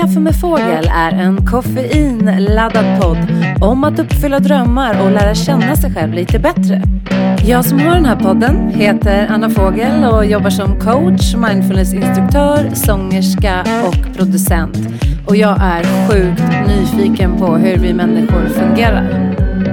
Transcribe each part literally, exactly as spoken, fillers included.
kaffe med fågel är en koffeinladdad podd om att uppfylla drömmar och lära känna sig själv lite bättre. Jag som har den här podden heter Anna Fågel och jobbar som coach, mindfulnessinstruktör, sångerska och producent. Och jag är sjukt nyfiken på hur vi människor fungerar.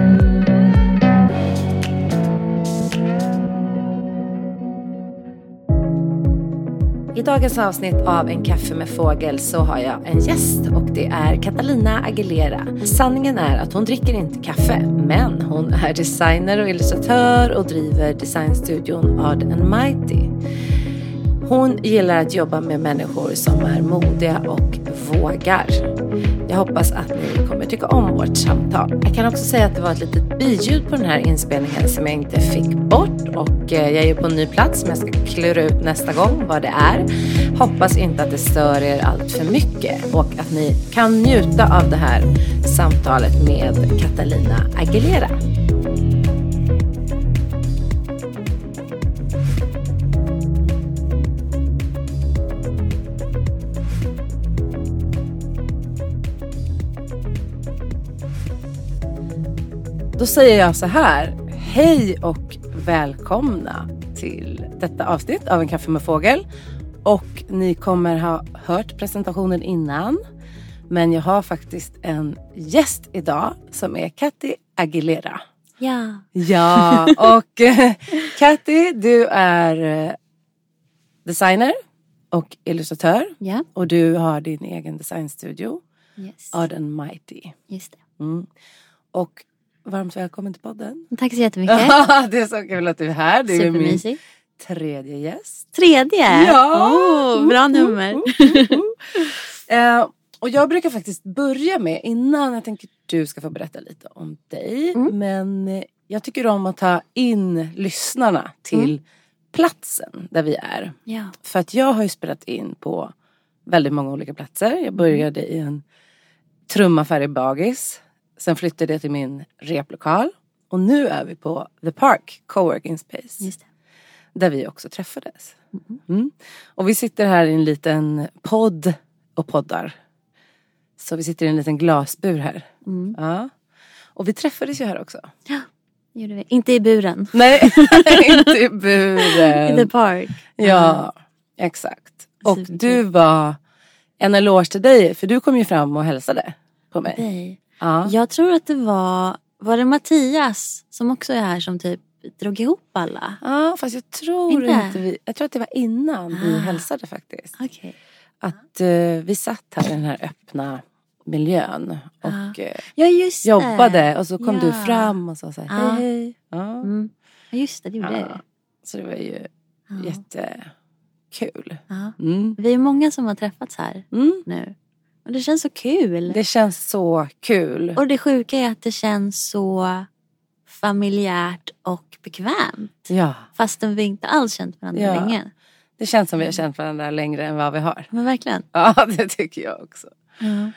I dagens avsnitt av En kaffe med fågel så har jag en gäst och det är Catalina Aguilera. Sanningen är att hon dricker inte kaffe, men hon är designer och illustratör och driver designstudion Odd and Mighty. Hon gillar att jobba med människor som är modiga och vågar. Jag hoppas att ni kommer tycka om vårt samtal. Jag kan också säga att det var ett litet biljud på den här inspelningen som jag inte fick bort. Och jag är på en ny plats som jag ska klura ut nästa gång vad det är. Hoppas inte att det stör er allt för mycket. Och att ni kan njuta av det här samtalet med Catalina Aguilera. Då säger jag så här, hej och välkomna till detta avsnitt av En kaffe med fågel. Och ni kommer ha hört presentationen innan, men jag har faktiskt en gäst idag som är Cathy Aguilera. Ja. Ja, och Cathy, du är designer och illustratör. Ja. Och du har din egen designstudio, Yes. Odd and Mighty. Just det. Mm. Och varmt välkommen till podden. Tack så jättemycket. Det är så kul att du är här. Du är min tredje gäst. Tredje? Ja. Oh, bra nummer. Uh, uh, uh. uh, och jag brukar faktiskt börja med, innan jag tänker att du ska få berätta lite om dig. Mm. Men jag tycker om att ta in lyssnarna till mm. platsen där vi är. Ja. För att jag har ju spelat in på väldigt många olika platser. Jag började mm. i en trumaffär i Bagis. Sen flyttade jag till min replokal. Och nu är vi på The Park Coworking Space. Just det. Där vi också träffades. Mm. Mm. Och vi sitter här i en liten podd och poddar. Så vi sitter i en liten glasbur här. Mm. Ja. Och vi träffades ju här också. Ja, det gjorde vi. Inte i buren. Nej, inte i buren. I The Park. Ja, exakt. Och du var en eloge till dig. För du kom ju fram och hälsade på mig. Nej. Ja. Jag tror att det var, var det Mattias som också är här som typ drog ihop alla? Ja, fast jag tror inte, inte vi, jag tror att det var innan ah. vi hälsade faktiskt. Okay. Att uh, vi satt här i den här öppna miljön och ah. uh, ja, just jobbade det. Och så kom ja. du fram och sa så här, ah. hej, hej. Ja. Mm. Just det, det gjorde ja. det. Så det var ju ah. jättekul. Ah. Mm. Vi är många som har träffats här mm. nu. Och det känns så kul. Det känns så kul. Och det sjuka är att det känns så familjärt och bekvämt. Ja. Fastän vi inte alls känt varandra ja. länge. Det känns som vi har känt varandra längre än vad vi har. Men verkligen. Ja, det tycker jag också. Mm.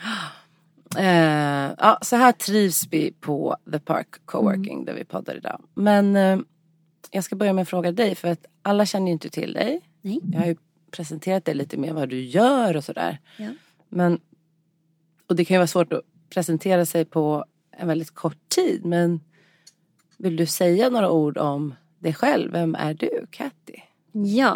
Uh, ja, så här trivs vi på The Park Coworking mm. där vi poddar idag. Men uh, jag ska börja med att fråga dig. För att alla känner ju inte till dig. Nej. Jag har ju presenterat dig lite mer vad du gör och sådär. Ja. Men, och det kan ju vara svårt att presentera sig på en väldigt kort tid. Men vill du säga några ord om dig själv? Vem är du, Cathy? Ja.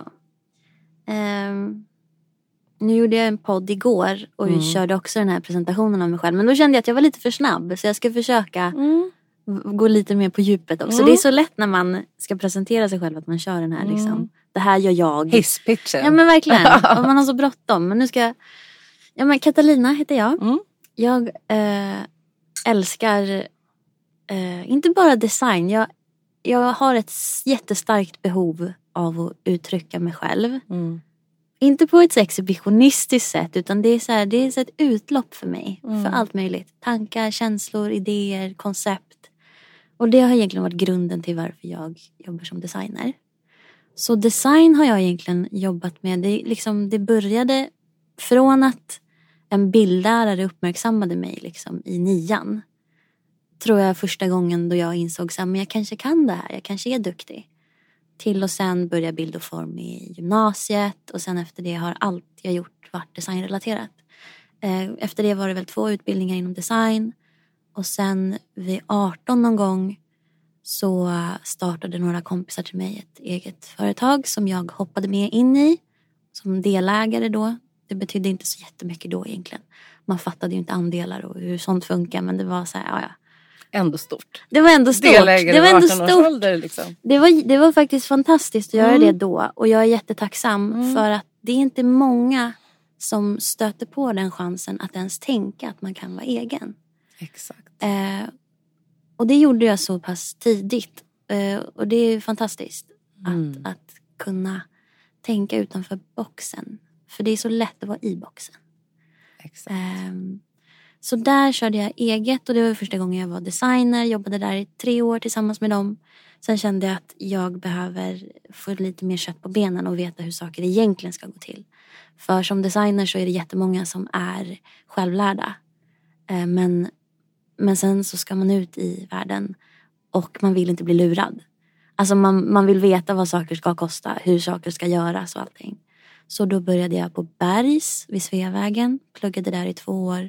Um, nu gjorde jag en podd igår. Och mm. körde också den här presentationen av mig själv. Men då kände jag att jag var lite för snabb. Så jag ska försöka mm. gå lite mer på djupet också. Mm. Det är så lätt när man ska presentera sig själv. Att man kör den här liksom. Mm. Det här gör jag. Hisspitchen. Ja men verkligen. Och man har så bråttom. Men nu ska jag... Ja men Catalina heter jag. Mm. Jag äh, älskar äh, inte bara design. Jag, jag har ett jättestarkt behov av att uttrycka mig själv. Mm. Inte på ett exhibitionistiskt sätt. Utan det är, så här, det är så ett utlopp för mig. Mm. För allt möjligt. Tankar, känslor, idéer, koncept. Och det har egentligen varit grunden till varför jag jobbar som designer. Så design har jag egentligen jobbat med. Det, liksom, det började från att en bildlärare uppmärksammade mig liksom, i nian. Tror jag första gången då jag insåg att jag kanske kan det här. Jag kanske är duktig. Till och sen börja bild och form i gymnasiet. Och sen efter det har allt jag gjort varit designrelaterat. Eh, efter det var det väl två utbildningar inom design. Och sen vid arton någon gång så startade några kompisar till mig ett eget företag som jag hoppade med in i. Som delägare då. Det betydde inte så jättemycket då egentligen. Man fattade ju inte andelar och hur sånt funkar. Men det var så här, ja ja. Ändå stort. Det var ändå stort. Delägare det var ändå arton års stort. ålder liksom. Det var, det var faktiskt fantastiskt att göra Mm. det då. Och jag är jättetacksam Mm. för att det är inte många som stöter på den chansen att ens tänka att man kan vara egen. Exakt. Eh, och det gjorde jag så pass tidigt. Eh, och det är fantastiskt Mm. att, att kunna tänka utanför boxen. För det är så lätt att vara i boxen. Exakt. Eh, så där körde jag eget och det var första gången jag var designer. Jobbade där i tre år tillsammans med dem. Sen kände jag att jag behöver få lite mer kött på benen och veta hur saker egentligen ska gå till. För som designer så är det jättemånga som är självlärda. Eh, men, men sen så ska man ut i världen och man vill inte bli lurad. Alltså man, man vill veta vad saker ska kosta, hur saker ska göras och allting. Så då började jag på Bergs vid Sveavägen. Pluggade där i två år.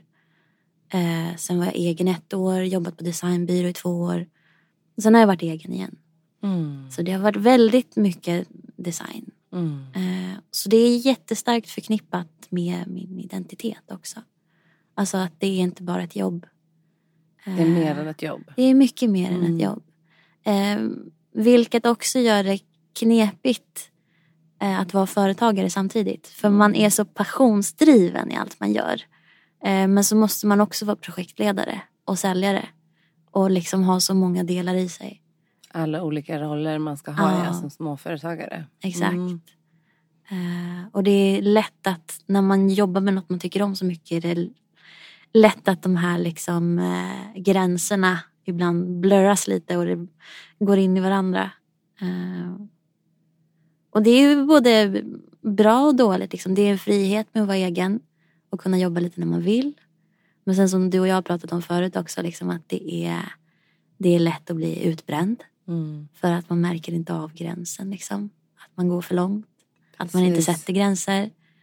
Eh, sen var jag egen ett år, jobbat på designbyrå i två år. Sen har jag varit egen igen. Mm. Så det har varit väldigt mycket design. Mm. Eh, så det är jättestarkt förknippat med min identitet också. Alltså att det är inte bara ett jobb. Eh, Det är mer än ett jobb. Det är mycket mer Mm. än ett jobb. Eh, vilket också gör det knepigt eh, att vara företagare samtidigt. För man är så passionsdriven i allt man gör. Eh, men så måste man också vara projektledare och säljare. Och liksom ha så många delar i sig. Alla olika roller man ska ha Ja. ja, som småföretagare. Exakt. Mm. Eh, och det är lätt att när man jobbar med något man tycker om så mycket. Är det lätt att de här liksom eh, gränserna ibland blurras lite. Och det går in i varandra. Eh, och det är ju både bra och dåligt. Liksom. Det är en frihet med att vara egen. Och kunna jobba lite när man vill. Men sen som du och jag har pratat om förut också. Liksom, att det är, det är lätt att bli utbränd. Mm. För att man märker inte av gränsen. Liksom. Att man går för långt. Att man inte Precis. sätter gränser.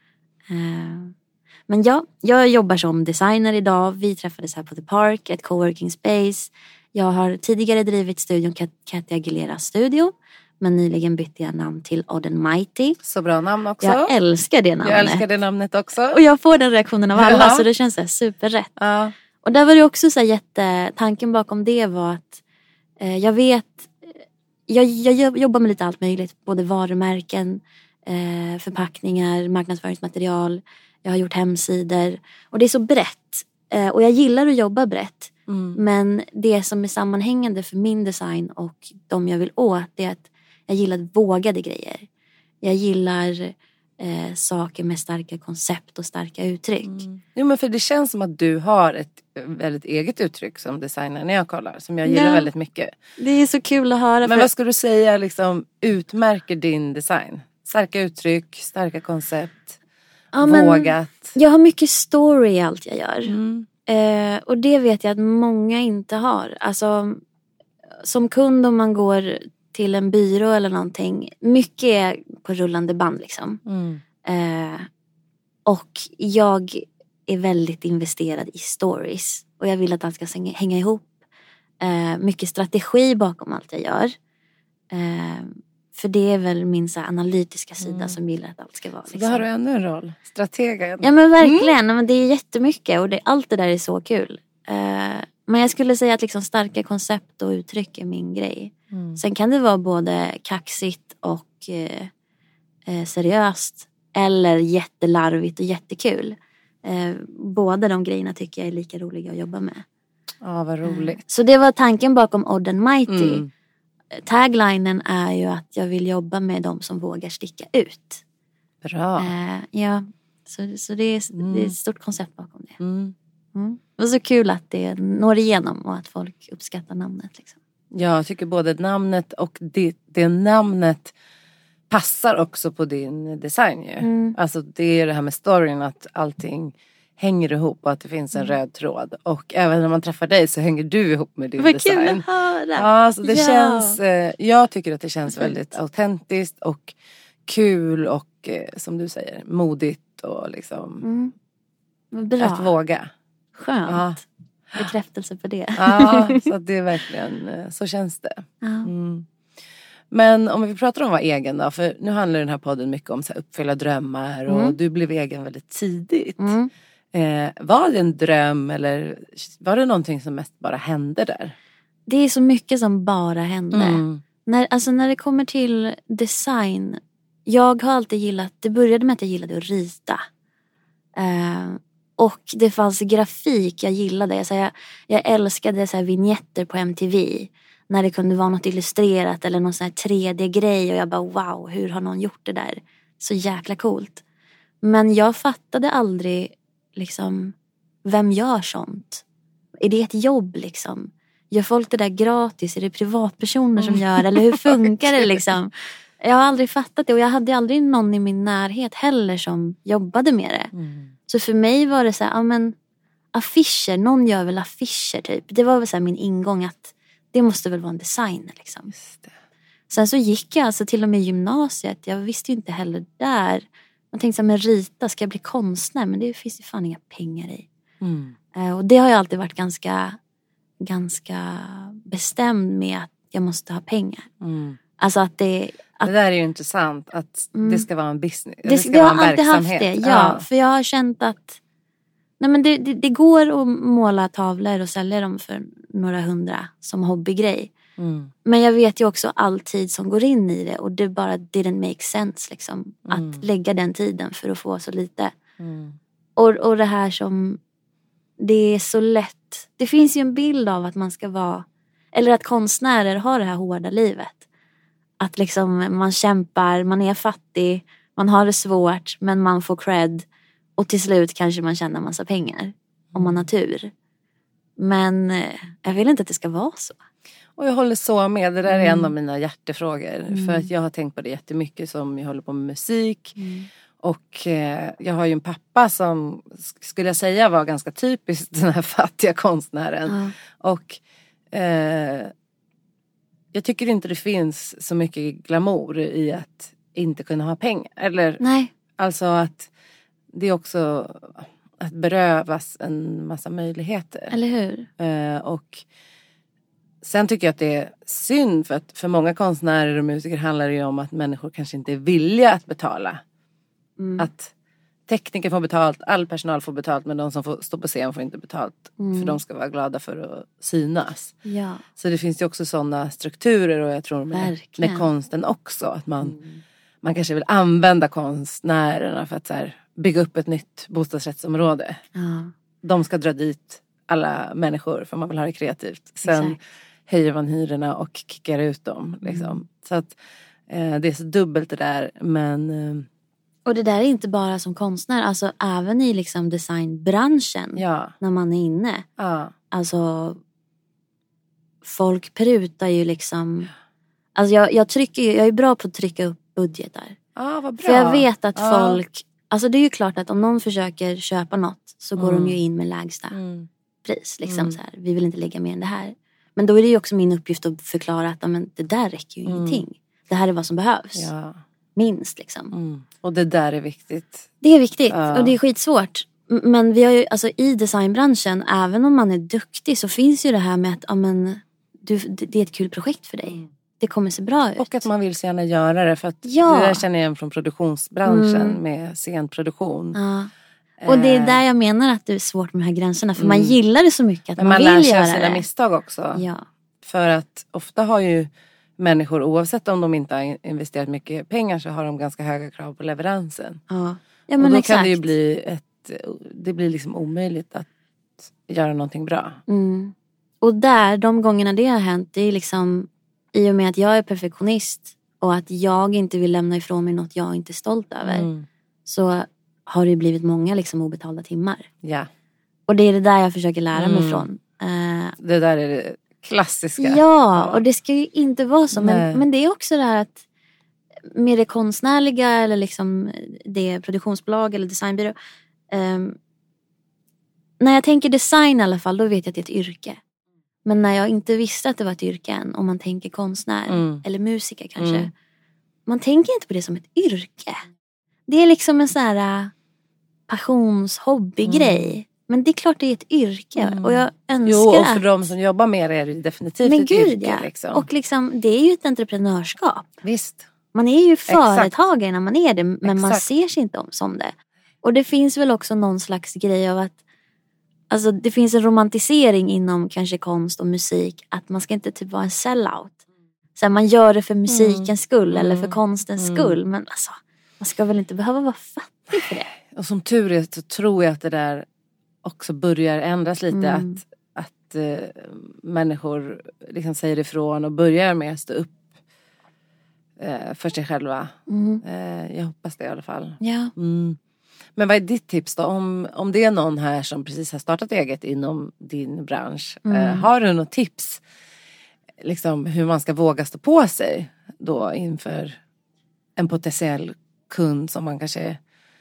Uh, men ja, jag jobbar som designer idag. Vi träffades här på The Park. Ett coworking space. Jag har tidigare drivit studion Kat- Katia Aguilera Studio. Men nyligen bytte jag namn till Odd and Mighty. Så bra namn också. Jag älskar det namnet. Jag älskar det namnet också. Och jag får den reaktionen av alla. Ja. Så det känns så här superrätt. Ja. Och där var det också så här jätte... Tanken bakom det var att eh, jag vet... Jag, jag jobbar med lite allt möjligt. Både varumärken, eh, förpackningar, marknadsföringsmaterial. Jag har gjort hemsidor. Och det är så brett. Eh, och jag gillar att jobba brett. Mm. Men det som är sammanhängande för min design och de jag vill åt, det är att jag gillar vågade grejer. Jag gillar eh, saker med starka koncept och starka uttryck. Mm. Jo, men för det känns som att du har ett väldigt eget uttryck som designer när jag kollar. Som jag gillar Ja. väldigt mycket. Det är så kul att höra. Men för... vad skulle du säga liksom utmärker din design? Starka uttryck, starka koncept, ja, men vågat. Jag har mycket story i allt jag gör. Mm. Eh, och det vet jag att många inte har. Alltså, som kund om man går till en byrå eller någonting. Mycket är på rullande band liksom. Mm. Eh, och jag är väldigt investerad i stories. Och jag vill att allt ska hänga, hänga ihop. Eh, mycket strategi bakom allt jag gör. Eh, för det är väl min så här, analytiska sida Mm. som gillar att allt ska vara. Så Liksom. då har du ännu en roll. Strategen. Ja men verkligen. Mm. Men det är jättemycket. Och det, allt det där är så kul. Eh, men jag skulle säga att liksom starka koncept och uttryck är min grej. Mm. Sen kan det vara både kaxigt och eh, eh, seriöst. Eller jättelarvigt och jättekul. Eh, båda de grejerna tycker jag är lika roliga att jobba med. Ja, vad roligt. Eh, så det var tanken bakom Odd and Mighty. Mm. Taglinen är ju att jag vill jobba med de som vågar sticka ut. Bra. Eh, ja, så, så det, är, Mm. det är ett stort koncept bakom det. Mm. Mm. Det var så kul att det når igenom och att folk uppskattar namnet. Liksom. Jag tycker både namnet och det, det namnet passar också på din design ju. Mm. Alltså det är det här med storyn, att allting hänger ihop och att det finns en Mm. röd tråd. Och även när man träffar dig så hänger du ihop med din Vad design. kul att höra. Ja, så det Ja. känns, eh, jag tycker att det känns Perfekt. väldigt autentiskt och kul och eh, som du säger, modigt och liksom Mm. Bra. Att våga. Skönt. Ja. Bekräftelse på det. Ja, så att det är verkligen, så känns det. Ja. Mm. Men om vi pratar om att vara egen då, för nu handlar den här podden mycket om så här uppfylla drömmar och Mm. du blev egen väldigt tidigt. Mm. Eh, var det en dröm eller var det någonting som mest bara hände där? Det är så mycket som bara hände. Mm. När, alltså när det kommer till design. Jag har alltid gillat, det började med att jag gillade att rita. Eh, och det fanns grafik jag gillade. Så jag, jag älskade så här vignetter på M T V. När det kunde vara något illustrerat eller någon sån här tre D-grej. Och jag bara wow, hur har någon gjort det där? Så jäkla coolt. Men jag fattade aldrig liksom, vem gör sånt? Är det ett jobb liksom? Gör folk det där gratis? Är det privatpersoner som gör det? Eller hur funkar det liksom? Jag har aldrig fattat det. Och jag hade aldrig någon i min närhet heller som jobbade med det. Mm. Så för mig var det så här, ja men affischer, någon gör väl affischer typ. Det var väl så här min ingång att det måste väl vara en designer liksom. Just det. Sen så gick jag alltså till och med i gymnasiet. Jag visste ju inte heller där. Man tänkte så här, men rita, ska jag bli konstnär? Men det finns ju fan inga pengar i. Mm. Eh, och det har jag alltid varit ganska, ganska bestämd med att jag måste ha pengar. Mm. Alltså att det... Att, Det där är ju intressant att Mm. det ska vara en business. det, Det ska det vara har en alltid haft verksamhet. det, ja, för jag har känt att nej men det, det, det går att måla tavlor och sälja dem för några hundra som hobbygrej. Mm. Men jag vet ju också all tid som går in i det och det bara didn't make sense liksom. Mm. Att lägga den tiden för att få så lite. Mm. Och, och det här som det är så lätt. Det finns ju en bild av att man ska vara, eller att konstnärer har det här hårda livet. Att liksom man kämpar, man är fattig, man har det svårt men man får cred. Och till slut kanske man tjänar massa pengar om man har tur. Men eh, jag vill inte att det ska vara så. Och jag håller så med. Det där är Mm. en av mina hjärtefrågor. Mm. För att jag har tänkt på det jättemycket som jag håller på med musik. Mm. Och eh, jag har ju en pappa som skulle jag säga var ganska typiskt den här fattiga konstnären. Ja. Och eh, jag tycker inte det finns så mycket glamour i att inte kunna ha pengar. Eller Nej. alltså att det är också att berövas en massa möjligheter. Eller hur? Eh, och sen tycker jag att det är synd för att för många konstnärer och musiker handlar det ju om att människor kanske inte är villiga att betala. Mm. Att tekniker får betalt, all personal får betalt men de som får stå på scen får inte betalt. Mm. För de ska vara glada för att synas. Ja. Så det finns ju också sådana strukturer och jag tror med, Verkligen. med konsten också. Att man, Mm. man kanske vill använda konstnärerna för att så här, bygga upp ett nytt bostadsrättsområde. Ja. De ska dra dit alla människor för man vill ha det kreativt. Sen Exakt. höjer man hyrorna och kickar ut dem. Liksom. Mm. Så att eh, det är så dubbelt det där. Men eh, Och det där är inte bara som konstnär. Alltså även i liksom designbranschen. ja, När man är inne. ja, Alltså folk prutar ju liksom. Alltså jag, jag trycker ju, jag är bra på att trycka upp budgetar. ja, vad bra. För jag vet att Ja. folk, alltså det är ju klart att om någon försöker köpa något så går Mm. de ju in med lägsta Mm. pris. Liksom Mm. så här, vi vill inte lägga mer än det här. Men då är det ju också min uppgift att förklara att men, det där räcker ju Mm. ingenting. Det här är vad som behövs. Ja. Minst liksom. Mm. Och det där är viktigt. Det är viktigt Ja. och det är skitsvårt. M- Men vi har ju, alltså i designbranschen, även om man är duktig så finns ju det här med att ja, men, du, det det är ett kul projekt för dig. Mm. Det kommer se bra ut. Och att man vill så gärna göra det. För att Ja. det där känner jag igen från produktionsbranschen Mm. med scenproduktion. Ja. Och det är Eh, där jag menar att det är svårt med de här gränserna. För Mm. man gillar det så mycket att Men man, man vill lär sig göra av sina det. misstag också. Ja. För att ofta har ju människor, oavsett om de inte har investerat mycket pengar, så har de ganska höga krav på leveransen. Ja. Ja och men då exakt. kan det ju bli ett, det blir liksom omöjligt att göra någonting bra. Mm. Och där, de gångerna det har hänt, det är liksom i och med att jag är perfektionist och att jag inte vill lämna ifrån mig något jag inte är stolt över. Mm. Så har det blivit många liksom obetalda timmar. Ja, Och det är det där jag försöker lära mig Mm. från. Eh, det där är det klassiska. ja, och det ska ju inte vara så. Nej. Men, men det är också det här att med det konstnärliga eller liksom det produktionsbolag eller designbyrå. ehm, när jag tänker design i alla fall, då vet jag att det är ett yrke. Men när jag inte visste att det var ett yrke än, om man tänker konstnär Mm. eller musiker kanske. Mm. Man Man tänker inte på det som ett yrke. Det är liksom en sån här äh, passions-hobbygrej. Mm. Men det är klart det är ett yrke. Mm. Och jag önskar Jo, och för att... de som jobbar med det är det definitivt men ett gud, yrke. Ja. Liksom. Och liksom, det är ju ett entreprenörskap. Visst. Man är ju företagare när man är det. Men Exakt. man ser sig inte om som det. Och det finns väl också någon slags grej av att... Alltså det finns en romantisering inom kanske konst och musik. Att man ska inte typ vara en sellout. Så här, man gör det för musikens mm. skull. Eller för konstens mm. skull. Men alltså, man ska väl inte behöva vara fattig för det. Och som tur är så tror jag att det där också börjar ändras lite. Mm. Att, att äh, människor liksom säger ifrån och börjar med att stå upp äh, för sig själva. Mm. Äh, jag hoppas det i alla fall. Ja. Mm. Men vad är ditt tips då? Om, om det är någon här som precis har startat eget inom din bransch. Mm. Äh, har du något tips? Liksom hur man ska våga stå på sig då inför en potentiell kund som man kanske...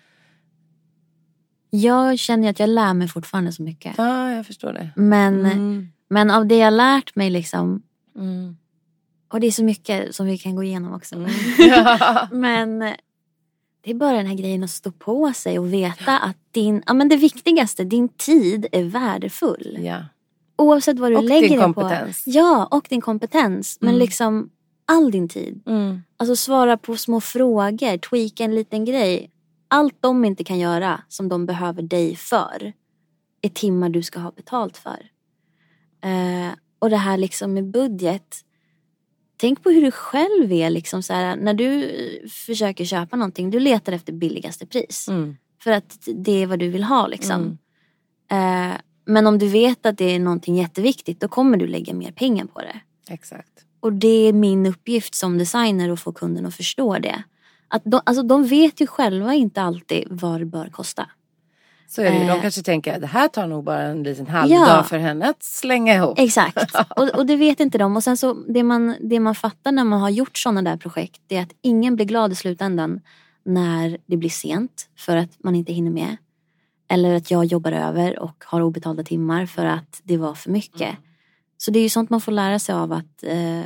Jag känner att jag lär mig fortfarande så mycket. Ja, jag förstår det. Men, mm. men av det jag lärt mig liksom... Mm. Och det är så mycket som vi kan gå igenom också. Mm. Ja. Men det är bara den här grejen att stå på sig och veta att din... Ja, men det viktigaste, din tid är värdefull. Ja. Oavsett vad du och lägger din det kompetens. på. Ja, och din kompetens. Men mm. liksom all din tid. Mm. Alltså svara på små frågor. Tweaka en liten grej. Allt de inte kan göra som de behöver dig för är timmar du ska ha betalt för. Uh, och det här liksom med budget. Tänk på hur du själv är liksom så här, när du försöker köpa någonting. Du letar efter billigaste pris. Mm. För att det är vad du vill ha liksom. Mm. Uh, men om du vet att det är någonting jätteviktigt, då kommer du lägga mer pengar på det. Exakt. Och det är min uppgift som designer att få kunden att förstå det. Att de, alltså de vet ju själva inte alltid vad det bör kosta. Så är det ju. De Eh, kanske tänker att det här tar nog bara en liten halvdag ja, för henne att slänga ihop. Exakt. Och, och det vet inte de. Och sen så det man, det man fattar när man har gjort sådana där projekt, det är att ingen blir glad i slutändan när det blir sent för att man inte hinner med. Eller att jag jobbar över och har obetalda timmar för att det var för mycket. Mm. Så det är ju sånt man får lära sig av att eh,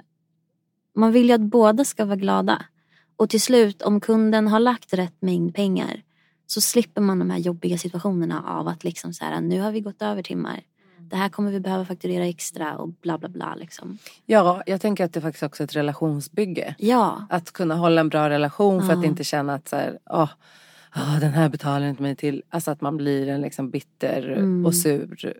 man vill ju att båda ska vara glada. Och till slut, om kunden har lagt rätt mängd pengar, så slipper man de här jobbiga situationerna av att liksom så här, nu har vi gått över timmar. Det här kommer vi behöva fakturera extra och bla bla bla liksom. Ja, jag tänker att det faktiskt också är ett relationsbygge. Ja. Att kunna hålla en bra relation för ja. att inte känna att så här, åh, åh, den här betalar inte mig till. Alltså att man blir en liksom bitter mm. och sur.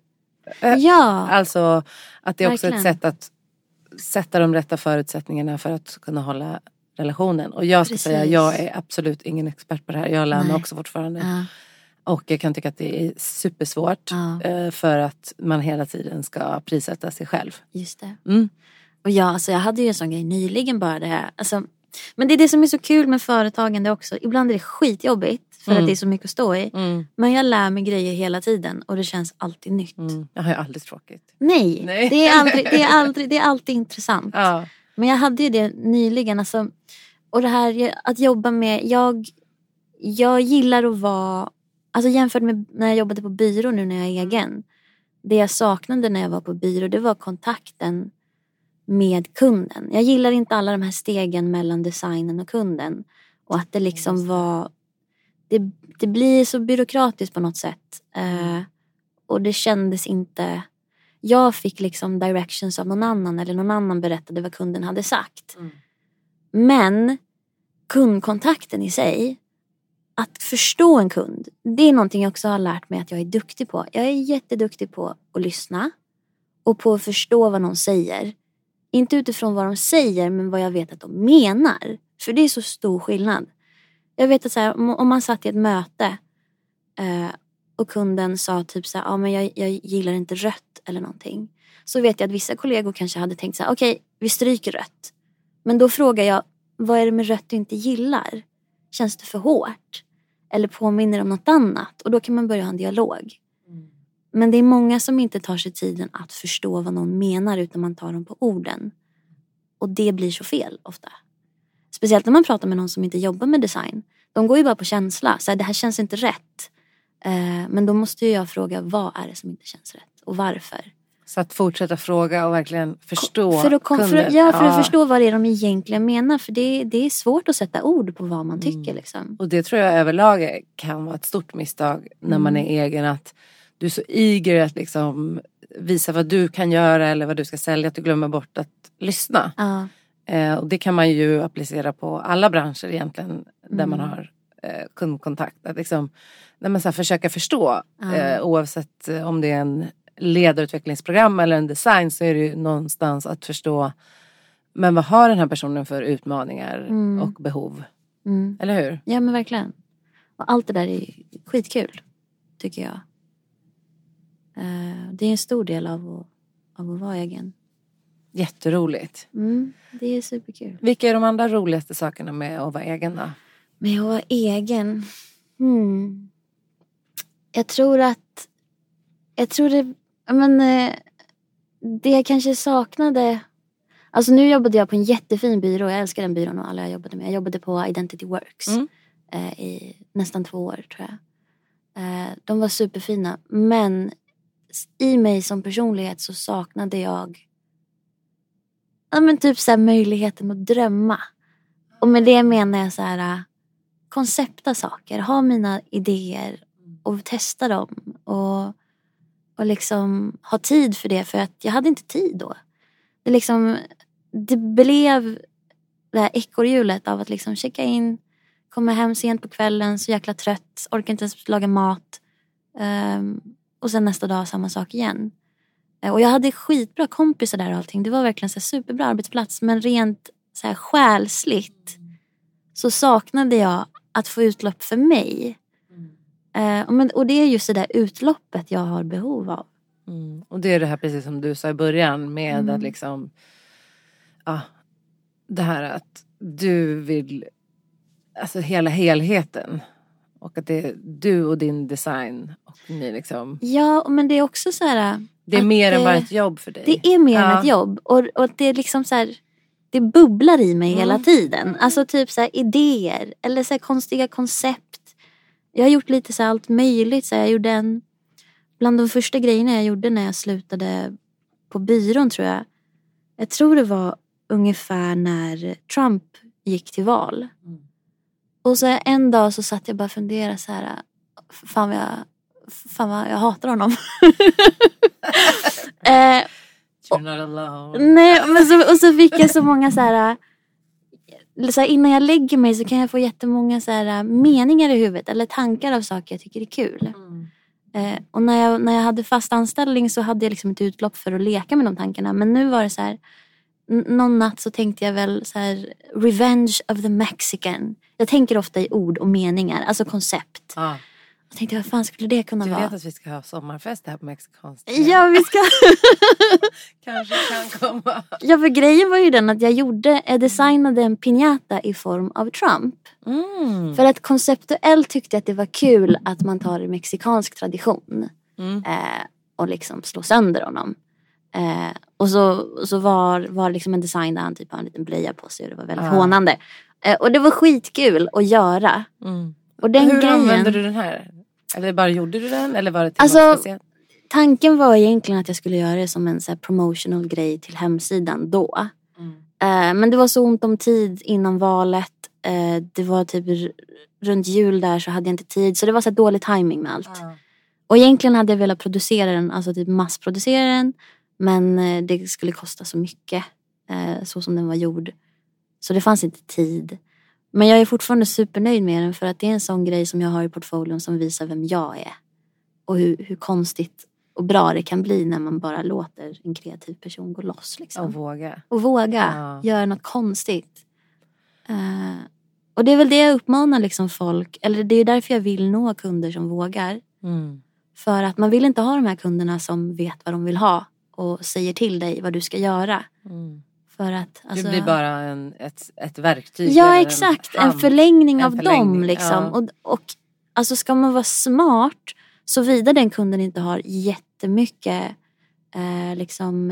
Ja. Alltså att det är också verkligen. Ett sätt att sätta de rätta förutsättningarna för att kunna hålla relationen. Och jag ska Precis. säga, jag är absolut ingen expert på det här. Jag lär mig Nej. också fortfarande. Ja. Och jag kan tycka att det är supersvårt. Ja. För att man hela tiden ska prissätta sig själv. Just det. Mm. Och ja, alltså jag hade ju en sån grej nyligen bara det här. Alltså, men det är det som är så kul med företagande också. Ibland är det skitjobbigt. För mm. att det är så mycket att stå i. Mm. Men jag lär mig grejer hela tiden. Och det känns alltid nytt. Mm. Jag har ju aldrig tråkigt. Nej, Nej. Det, är aldrig, det, är aldrig, det är alltid intressant. Ja. Men jag hade ju det nyligen. Alltså, och det här att jobba med... Jag, jag gillar att vara... Alltså jämfört med när jag jobbade på byrå nu när jag är egen. Det jag saknade när jag var på byrå, det var kontakten med kunden. Jag gillar inte alla de här stegen mellan designen och kunden. Och att det liksom var... Det, det blir så byråkratiskt på något sätt. Eh, och det kändes inte... Jag fick liksom directions av någon annan. Eller någon annan berättade vad kunden hade sagt. Mm. Men kundkontakten i sig... Att förstå en kund, det är någonting jag också har lärt mig att jag är duktig på. Jag är jätteduktig på att lyssna och på att förstå vad någon säger. Inte utifrån vad de säger, men vad jag vet att de menar. För det är så stor skillnad. Jag vet att så här, om man satt i ett möte eh, och kunden sa typ så här, ja men jag, jag gillar inte rött eller någonting. Så vet jag att vissa kollegor kanske hade tänkt så här, okej, okay, vi stryker rött. Men då frågar jag, vad är det med rött du inte gillar? Känns det för hårt? Eller påminner om något annat? Och då kan man börja ha en dialog. Mm. Men det är många som inte tar sig tiden att förstå vad någon menar. Utan man tar dem på orden. Och det blir så fel ofta. Speciellt när man pratar med någon som inte jobbar med design. De går ju bara på känsla. Så här, det här känns inte rätt. Eh, men då måste ju jag fråga, vad är det som inte känns rätt? Och varför? Så att fortsätta fråga och verkligen förstå. För att, kom, för, ja, för ja. att förstå vad det är de egentligen menar. För det, det är svårt att sätta ord på vad man tycker. Mm. Liksom. Och det tror jag överlag kan vara ett stort misstag när mm. man är egen. Att du är så eager att liksom visa vad du kan göra eller vad du ska sälja. Att du glömmer bort att lyssna. Ja. Eh, och det kan man ju applicera på alla branscher egentligen. Mm. Där man har eh, kundkontakt. Att liksom, när man så här försöker förstå. Ja. Eh, oavsett om det är en ledarutvecklingsprogram eller en design, så är det ju någonstans att förstå, men vad har den här personen för utmaningar mm. och behov? Mm. Eller hur? Ja, men verkligen. Och allt det där är skitkul, tycker jag. Uh, det är en stor del av att, av att vara egen. Jätteroligt. Mm, det är superkul. Vilka är de andra roligaste sakerna med att vara egen då? Med att vara egen? Hmm. Jag tror att Jag tror det Men det jag kanske saknade. Alltså nu jobbade jag på en jättefin byrå. Jag älskar den byrån och alla jag jobbade med. Jag jobbade på Identity Works mm. eh, i nästan två år, tror jag. eh, De var superfina. Men i mig som personlighet så saknade jag ja, men typ så här möjligheten att drömma. Och med det menar jag så här koncepta saker. Ha mina idéer och testa dem. Och Och liksom ha tid för det. För att jag hade inte tid då. Det liksom. Det blev det här ekorrhjulet av att liksom checka in. Komma hem sent på kvällen. Så jäkla trött. Orkar inte ens laga mat. Um, och sen nästa dag samma sak igen. Uh, och jag hade skitbra kompisar där och allting. Det var verkligen så här superbra arbetsplats. Men rent så här själsligt. Så saknade jag att få utlopp för mig. Uh, men, och det är just det där utloppet jag har behov av. Mm. Och det är det här precis som du sa i början. Med mm. att liksom. Ja. Det här att du vill. Alltså hela helheten. Och att det är du och din design. Och ni liksom. Ja, men det är också så här. Det är mer det, än bara ett jobb för dig. Det är mer ja. än ett jobb. Och, och det är liksom så här. Det bubblar i mig mm. hela tiden. Alltså typ så här idéer. Eller så här konstiga koncept. Jag har gjort lite så här allt möjligt. Så jag gjorde en. Bland de första grejerna jag gjorde när jag slutade på byrån, tror jag. Jag tror det var ungefär när Trump gick till val. Mm. Och så en dag så satt jag bara och funderade så här. Fan vad jag, fan vad jag hatar honom. eh, You're not alone. Nej, men så, och så fick jag så många så här. Så här, innan jag lägger mig så kan jag få jättemånga så här, meningar i huvudet. Eller tankar av saker jag tycker är kul. Mm. Eh, och när jag, när jag hade fast anställning så hade jag liksom ett utlopp för att leka med de tankarna. Men nu var det så här. N- någon natt så tänkte jag väl så här. Revenge of the Mexican. Jag tänker ofta i ord och meningar. Alltså koncept. Ah. Jag tänkte, vad fan skulle det kunna du vara? Du vet att vi ska ha sommarfest här på Mexikansk. Ja, vi ska. Kanske kan komma. Ja, för grejen var ju den att jag gjorde, jag designade en piñata i form av Trump. Mm. För att konceptuellt tyckte jag att det var kul att man tar en mexikansk tradition. Mm. Eh, och liksom slå sönder honom. Eh, och så, så var, var liksom en design där han typ har en liten blöja på sig och det var väldigt ah. hånande. Eh, och det var skitkul att göra. Mm. Och den Hur grejen, använde du den här? Eller bara gjorde du den? Eller var det till alltså, något speciellt? Tanken var egentligen att jag skulle göra det som en så här promotional grej till hemsidan då. Mm. Uh, men det var så ont om tid innan valet. Uh, det var typ r- runt jul där så hade jag inte tid. Så det var så här dålig timing med allt. Mm. Och egentligen hade jag velat producera den, alltså typ massproducera den. Men uh, det skulle kosta så mycket. Uh, så som den var gjord. Så det fanns inte tid. Men jag är fortfarande supernöjd med den för att det är en sån grej som jag har i portföljen som visar vem jag är. Och hur, hur konstigt och bra det kan bli när man bara låter en kreativ person gå loss. Liksom. Och våga. Och våga ja. Göra något konstigt. Uh, och det är väl det jag uppmanar liksom folk. Eller det är därför jag vill nå kunder som vågar. Mm. För att man vill inte ha de här kunderna som vet vad de vill ha. Och säger till dig vad du ska göra. Mm. För att, alltså, det blir bara en, ett, ett verktyg. Ja, exakt. En, en förlängning en av förlängning, dem. Liksom. Ja. Och, och alltså ska man vara smart. Så vidare den kunden inte har jättemycket. Eh, liksom,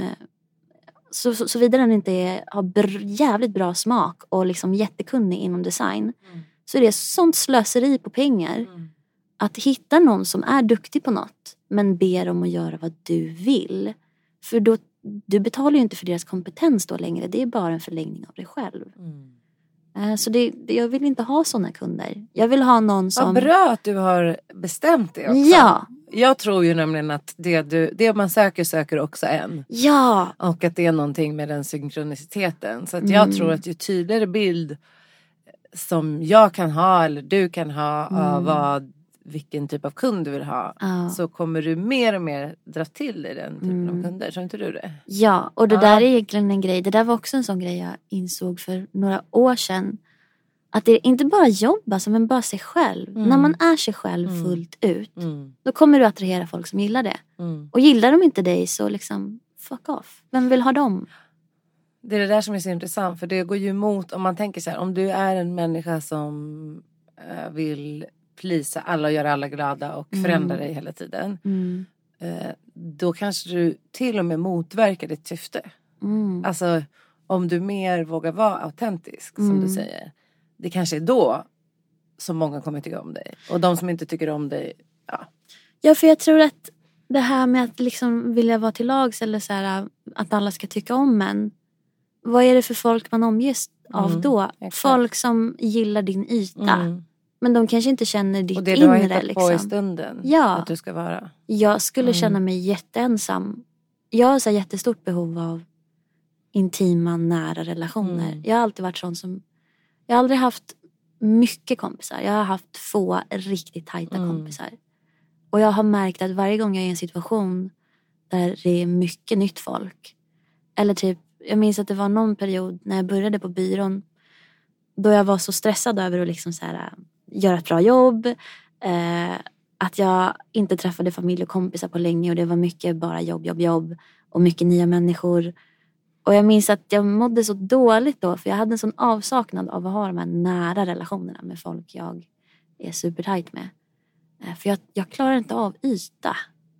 så, så, så vidare den inte är, har br- jävligt bra smak. Och liksom jättekunnig inom design. Mm. Så det är sånt slöseri på pengar. Mm. Att hitta någon som är duktig på något. Men ber om att göra vad du vill. För då, du betalar ju inte för deras kompetens då längre. Det är bara en förlängning av dig själv. Mm. Så det, jag vill inte ha sådana kunder. Jag vill ha någon som... Vad bra att du har bestämt det också. Ja. Jag tror ju nämligen att det, du, det man söker söker också en. Ja. Och att det är någonting med den synkroniciteten. Så att jag mm. tror att ju tydligare bild som jag kan ha eller du kan ha mm. av vad, vilken typ av kund du vill ha. Ja. Så kommer du mer och mer dra till dig den typen mm. av kunder. Tror inte du det? Ja, och det ja. där är egentligen en grej. Det där var också en sån grej jag insåg för några år sedan. Att det är inte bara jobb alltså, men bara sig själv. Mm. När man är sig själv mm. fullt ut. Mm. Då kommer du attrahera folk som gillar det. Mm. Och gillar de inte dig så liksom fuck off. Vem vill ha dem? Det är det där som är så intressant. För det går ju emot om man tänker så här. Om du är en människa som äh, vill plisa alla och göra alla glada. Och mm. förändra dig hela tiden. Mm. Äh, då kanske du till och med motverkar ditt syfte. Mm. Alltså om du mer vågar vara autentisk mm. som du säger. Det kanske är då som många kommer tycka om dig. Och de som inte tycker om dig, ja. Ja, för jag tror att det här med att liksom vilja vara till lags eller så här, att alla ska tycka om en. Vad är det för folk man omges av mm, då? Exakt. Folk som gillar din yta. Mm. Men de kanske inte känner ditt inre. Och det du har hittat liksom. På i stunden. Ja. Att du ska vara. Jag skulle mm. känna mig jätteensam. Jag har så här jättestort behov av intima, nära relationer. Mm. Jag har alltid varit sån som... Jag har aldrig haft mycket kompisar. Jag har haft få riktigt tajta mm. kompisar. Och jag har märkt att varje gång jag är i en situation där det är mycket nytt folk. Eller typ, jag minns att det var någon period när jag började på byrån. Då jag var så stressad över att liksom så här, göra ett bra jobb. Eh, att jag inte träffade familj och kompisar på länge. Och det var mycket bara jobb, jobb, jobb. Och mycket nya människor. Och jag minns att jag mådde så dåligt då. För jag hade en sån avsaknad av att ha de här nära relationerna med folk jag är supertajt med. För jag, jag klarar inte av yta.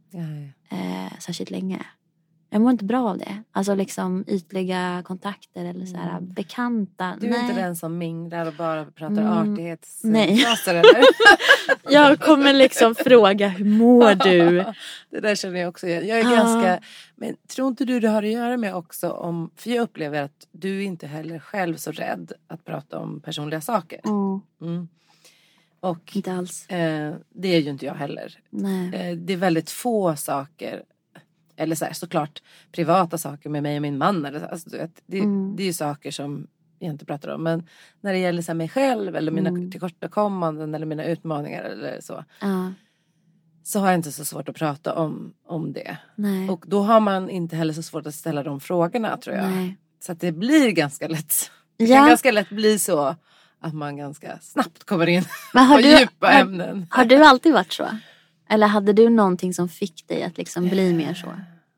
Eh, särskilt länge. Jag mår inte bra av det. Alltså liksom ytliga kontakter eller så här mm. bekanta. Du är Nej. inte den som minglar och bara pratar mm. artighets. Nej. Eller? Jag kommer liksom fråga, hur mår du? Det där känner jag också igen. Jag är ah. ganska, men tror inte du det har att göra med också om, för jag upplever att du inte heller själv så rädd att prata om personliga saker. Mm. Mm. Och inte alls. Eh, det är ju inte jag heller. Nej. Eh, det är väldigt få saker. Eller så här, såklart privata saker med mig och min man. Eller, alltså, det, mm. det är ju saker som jag inte pratar om. Men när det gäller så här, mig själv eller mina mm. tillkortakommanden eller mina utmaningar eller så. Uh. Så har jag inte så svårt att prata om, om det. Nej. Och då har man inte heller så svårt att ställa de frågorna tror jag. Nej. Så att det blir ganska lätt. Det ja. kan ganska lätt bli så att man ganska snabbt kommer in Men har på du, djupa har, ämnen. Har du alltid varit så? Eller hade du någonting som fick dig att liksom bli mer så?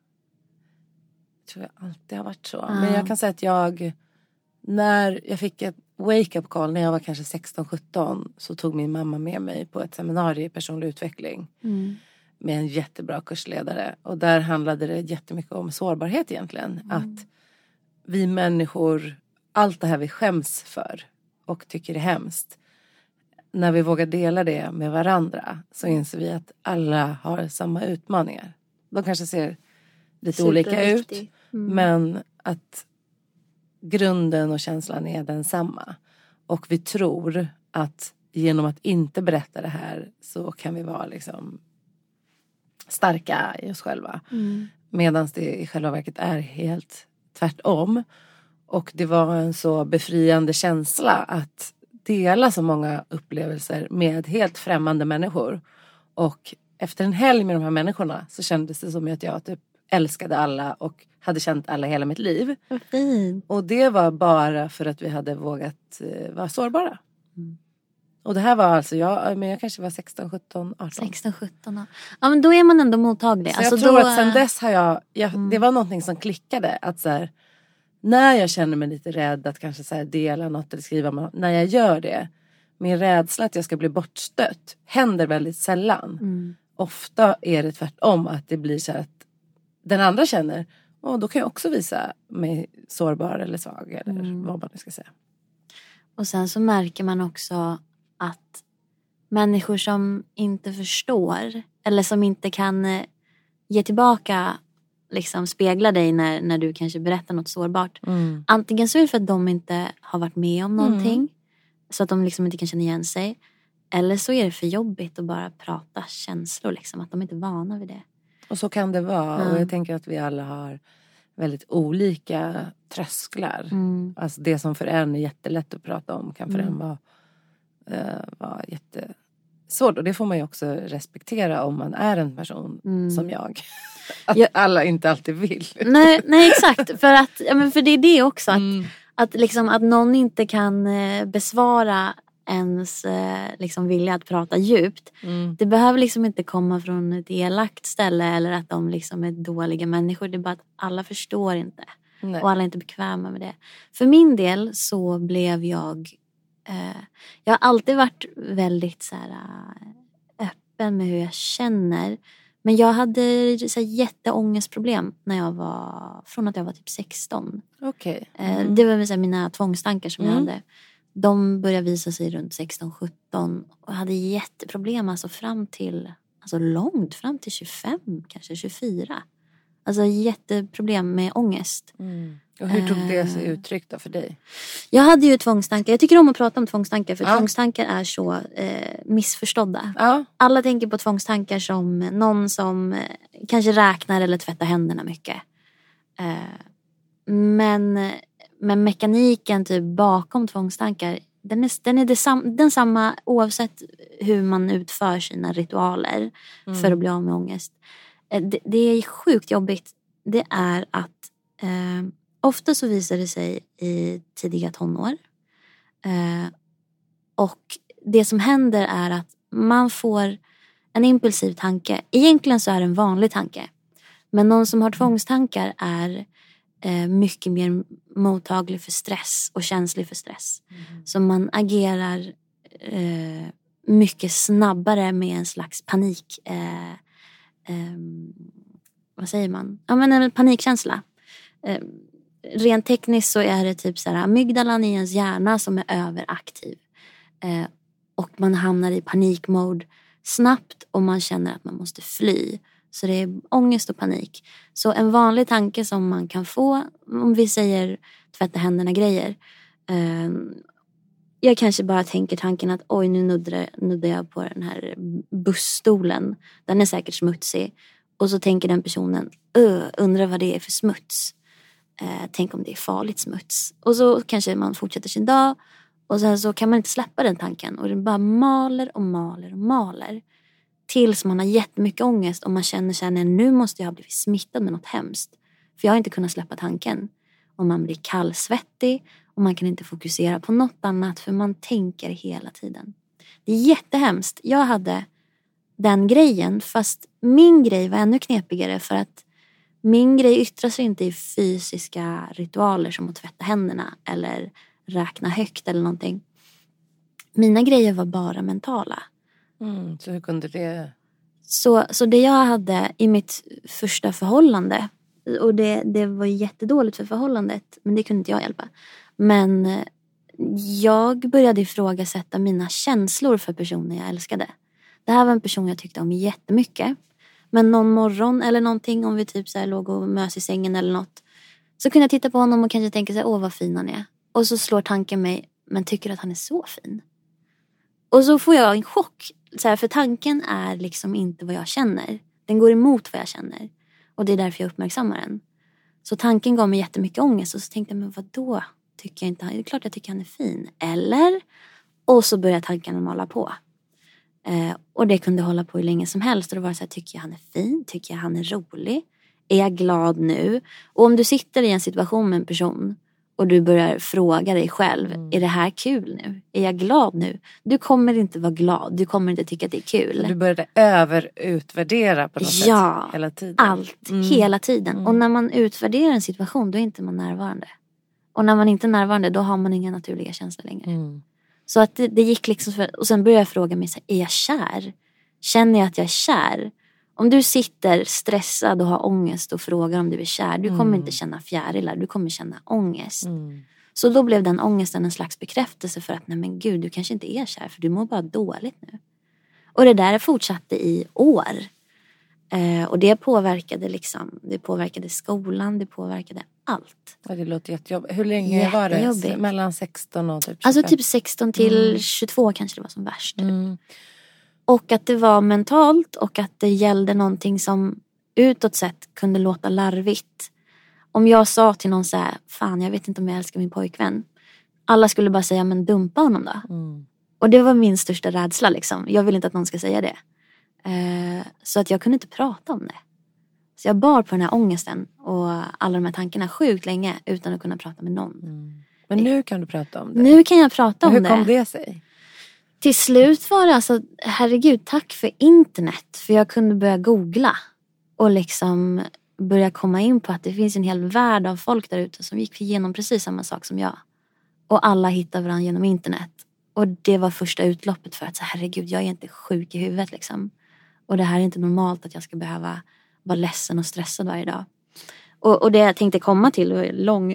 Jag tror jag alltid har varit så. Ah. Men jag kan säga att jag, när jag fick ett wake-up call när jag var kanske sexton sjutton, så tog min mamma med mig på ett seminarium i personlig utveckling. Mm. Med en jättebra kursledare. Och där handlade det jättemycket om sårbarhet egentligen. Mm. Att vi människor, allt det här vi skäms för och tycker är hemskt. När vi vågar dela det med varandra så inser vi att alla har samma utmaningar. De kanske ser lite olika ut. Mm. Men att grunden och känslan är densamma. Och vi tror att genom att inte berätta det här så kan vi vara liksom starka i oss själva. Mm. Medan det i själva verket är helt tvärtom. Och det var en så befriande känsla att dela så många upplevelser med helt främmande människor. Och efter en helg med de här människorna så kändes det som att jag typ älskade alla och hade känt alla hela mitt liv. Vad fint. Och det var bara för att vi hade vågat uh, vara sårbara. Mm. Och det här var alltså, jag, men jag kanske var sexton, sjutton, arton. sexton, sjutton. Ja, men då är man ändå mottaglig. Så alltså jag tror då... att sen dess har jag, jag mm. det var någonting som klickade. Att så här, när jag känner mig lite rädd att kanske så här dela något eller skriva något, när jag gör det, min rädsla att jag ska bli bortstött händer väldigt sällan. Mm. Ofta är det tvärtom att det blir så här att den andra känner, och då kan jag också visa mig sårbar eller svag eller mm. vad man nu ska säga. Och sen så märker man också att människor som inte förstår eller som inte kan ge tillbaka liksom speglar dig när, när du kanske berättar något sårbart. Mm. Antingen så är det för att de inte har varit med om någonting. Mm. Så att de liksom inte kan känna igen sig. Eller så är det för jobbigt att bara prata känslor. Liksom, att de inte är vana vid det. Och så kan det vara. Mm. Och jag tänker att vi alla har väldigt olika trösklar. Mm. Alltså det som för en är jättelätt att prata om kan för Mm. en vara, uh, vara jättesvårt. Och det får man ju också respektera om man är en person mm. som jag. Att jag, alla inte alltid vill. Nej, nej exakt. För, att, ja, men för det är det också. Att, mm. att, liksom, att någon inte kan eh, besvara ens eh, liksom, vilja att prata djupt. Mm. Det behöver liksom inte komma från ett elakt ställe. Eller att de liksom är dåliga människor. Det är bara att alla förstår inte. Nej. Och alla är inte bekväma med det. För min del så blev jag... Eh, jag har alltid varit väldigt så här, öppen med hur jag känner. Men jag hade så här, jätteångestproblem när jag var, från att jag var typ sexton. Okay. Mm. Eh, det var så här, mina tvångstankar som mm. jag hade. De började visa sig runt sexton sjutton. Och jag hade jätteproblem alltså fram till, alltså långt fram till tjugofem, kanske tjugofyra. Alltså jätteproblem med ångest. Mm. Och hur tog det sig uttryck då för dig? Jag hade ju tvångstankar. Jag tycker om att prata om tvångstankar. För ja. tvångstankar är så eh, missförstådda. Ja. Alla tänker på tvångstankar som någon som eh, kanske räknar eller tvättar händerna mycket. Eh, men, men mekaniken typ bakom tvångstankar, den är, den är desam, densamma oavsett hur man utför sina ritualer mm. för att bli av med ångest. Eh, det, det är sjukt jobbigt. Det är att eh, ofta så visar det sig i tidiga tonår. Eh, och det som händer är att man får en impulsiv tanke. Egentligen så är det en vanlig tanke. Men någon som har tvångstankar är eh, mycket mer mottaglig för stress och känslig för stress. Mm. Så man agerar eh, mycket snabbare med en slags panik. Eh, eh, vad säger man? Ja, men en panikkänsla. Eh, Rent tekniskt så är det typ så här amygdalan i ens hjärna som är överaktiv. Eh, och man hamnar i panikmode snabbt och man känner att man måste fly. Så det är ångest och panik. Så en vanlig tanke som man kan få, om vi säger tvätta händerna grejer. Eh, jag kanske bara tänker tanken att oj, nu nuddar, nuddar jag på den här busstolen. Den är säkert smutsig. Och så tänker den personen, undrar vad det är för smuts. Eh, tänk om det är farligt smuts. Och så kanske man fortsätter sin dag. Och sen så kan man inte släppa den tanken. Och den bara maler och maler och maler. Tills man har jättemycket ångest. Och man känner sig, nu måste jag ha blivit smittad med något hemskt. För jag har inte kunnat släppa tanken. Och man blir kallsvettig. Och man kan inte fokusera på något annat. För man tänker hela tiden. Det är jättehemskt. Jag hade den grejen. Fast min grej var ännu knepigare. För att min grej yttrar sig inte i fysiska ritualer som att tvätta händerna eller räkna högt eller någonting. Mina grejer var bara mentala. Mm, så hur kunde det? Så, så det jag hade i mitt första förhållande, och det, det var jättedåligt för förhållandet, men det kunde inte jag hjälpa. Men jag började ifrågasätta mina känslor för personer jag älskade. Det här var en person jag tyckte om jättemycket. Men någon morgon eller någonting, om vi typ så här låg och mös i sängen eller något, så kunde jag titta på honom och kanske tänka så här, åh vad fin han är. Och så slår tanken mig, men tycker att han är så fin? Och så får jag en chock. Så här, för tanken är liksom inte vad jag känner. Den går emot vad jag känner. Och det är därför jag uppmärksammar den. Så tanken gav mig jättemycket ångest. Och så tänkte jag, men vadå? Tycker jag inte, det är klart jag tycker han är fin. Eller? Och så börjar tanken mala på. Eh, och det kunde hålla på hur länge som helst. Och det var så här, tycker jag han är fin? Tycker jag han är rolig? Är jag glad nu? Och om du sitter i en situation med en person och du börjar fråga dig själv, mm. är det här kul nu? Är jag glad nu? Du kommer inte vara glad. Du kommer inte tycka att det är kul. Så du började överutvärdera på något ja, sätt hela tiden? allt. Mm. Hela tiden. Mm. Och när man utvärderar en situation, då är inte man närvarande. Och när man inte är närvarande, då har man inga naturliga känslor längre. Mm. Så att det, det gick liksom för, och sen började jag fråga mig, så här, är jag kär? Känner jag att jag är kär? Om du sitter stressad och har ångest och frågar om du är kär, du kommer mm. inte känna fjärilar, du kommer känna ångest. Mm. Så då blev den ångesten en slags bekräftelse för att, nej men gud, du kanske inte är kär, för du mår bara dåligt nu. Och det där fortsatte i år. Eh, och det påverkade liksom, det påverkade skolan, det påverkade allt. Ja, det låter jättejobbigt. Hur länge var det? Mellan sexton och typ tjugofem? Alltså typ sexton till mm. tjugotvå kanske det var som värst. Mm. Och att det var mentalt och att det gällde någonting som utåt sett kunde låta larvigt. Om jag sa till någon så här, fan jag vet inte om jag älskar min pojkvän. Alla skulle bara säga, men dumpa honom då. Mm. Och det var min största rädsla liksom. Jag vill inte att någon ska säga det. Eh, så att jag kunde inte prata om det. Så jag bar på den här ångesten och alla de här tankarna sjukt länge utan att kunna prata med någon. Mm. Men nu kan du prata om det. Nu kan jag prata om hur det. Hur kom det sig? Till slut var det alltså, herregud, tack för internet. För jag kunde börja googla. Och liksom börja komma in på att det finns en hel värld av folk där ute som gick igenom precis samma sak som jag. Och alla hittar varandra genom internet. Och det var första utloppet för att så, herregud, jag är inte sjuk i huvudet liksom. Och det här är inte normalt att jag ska behöva vara ledsen och stressad varje dag. Och, och det jag tänkte komma till, var lång,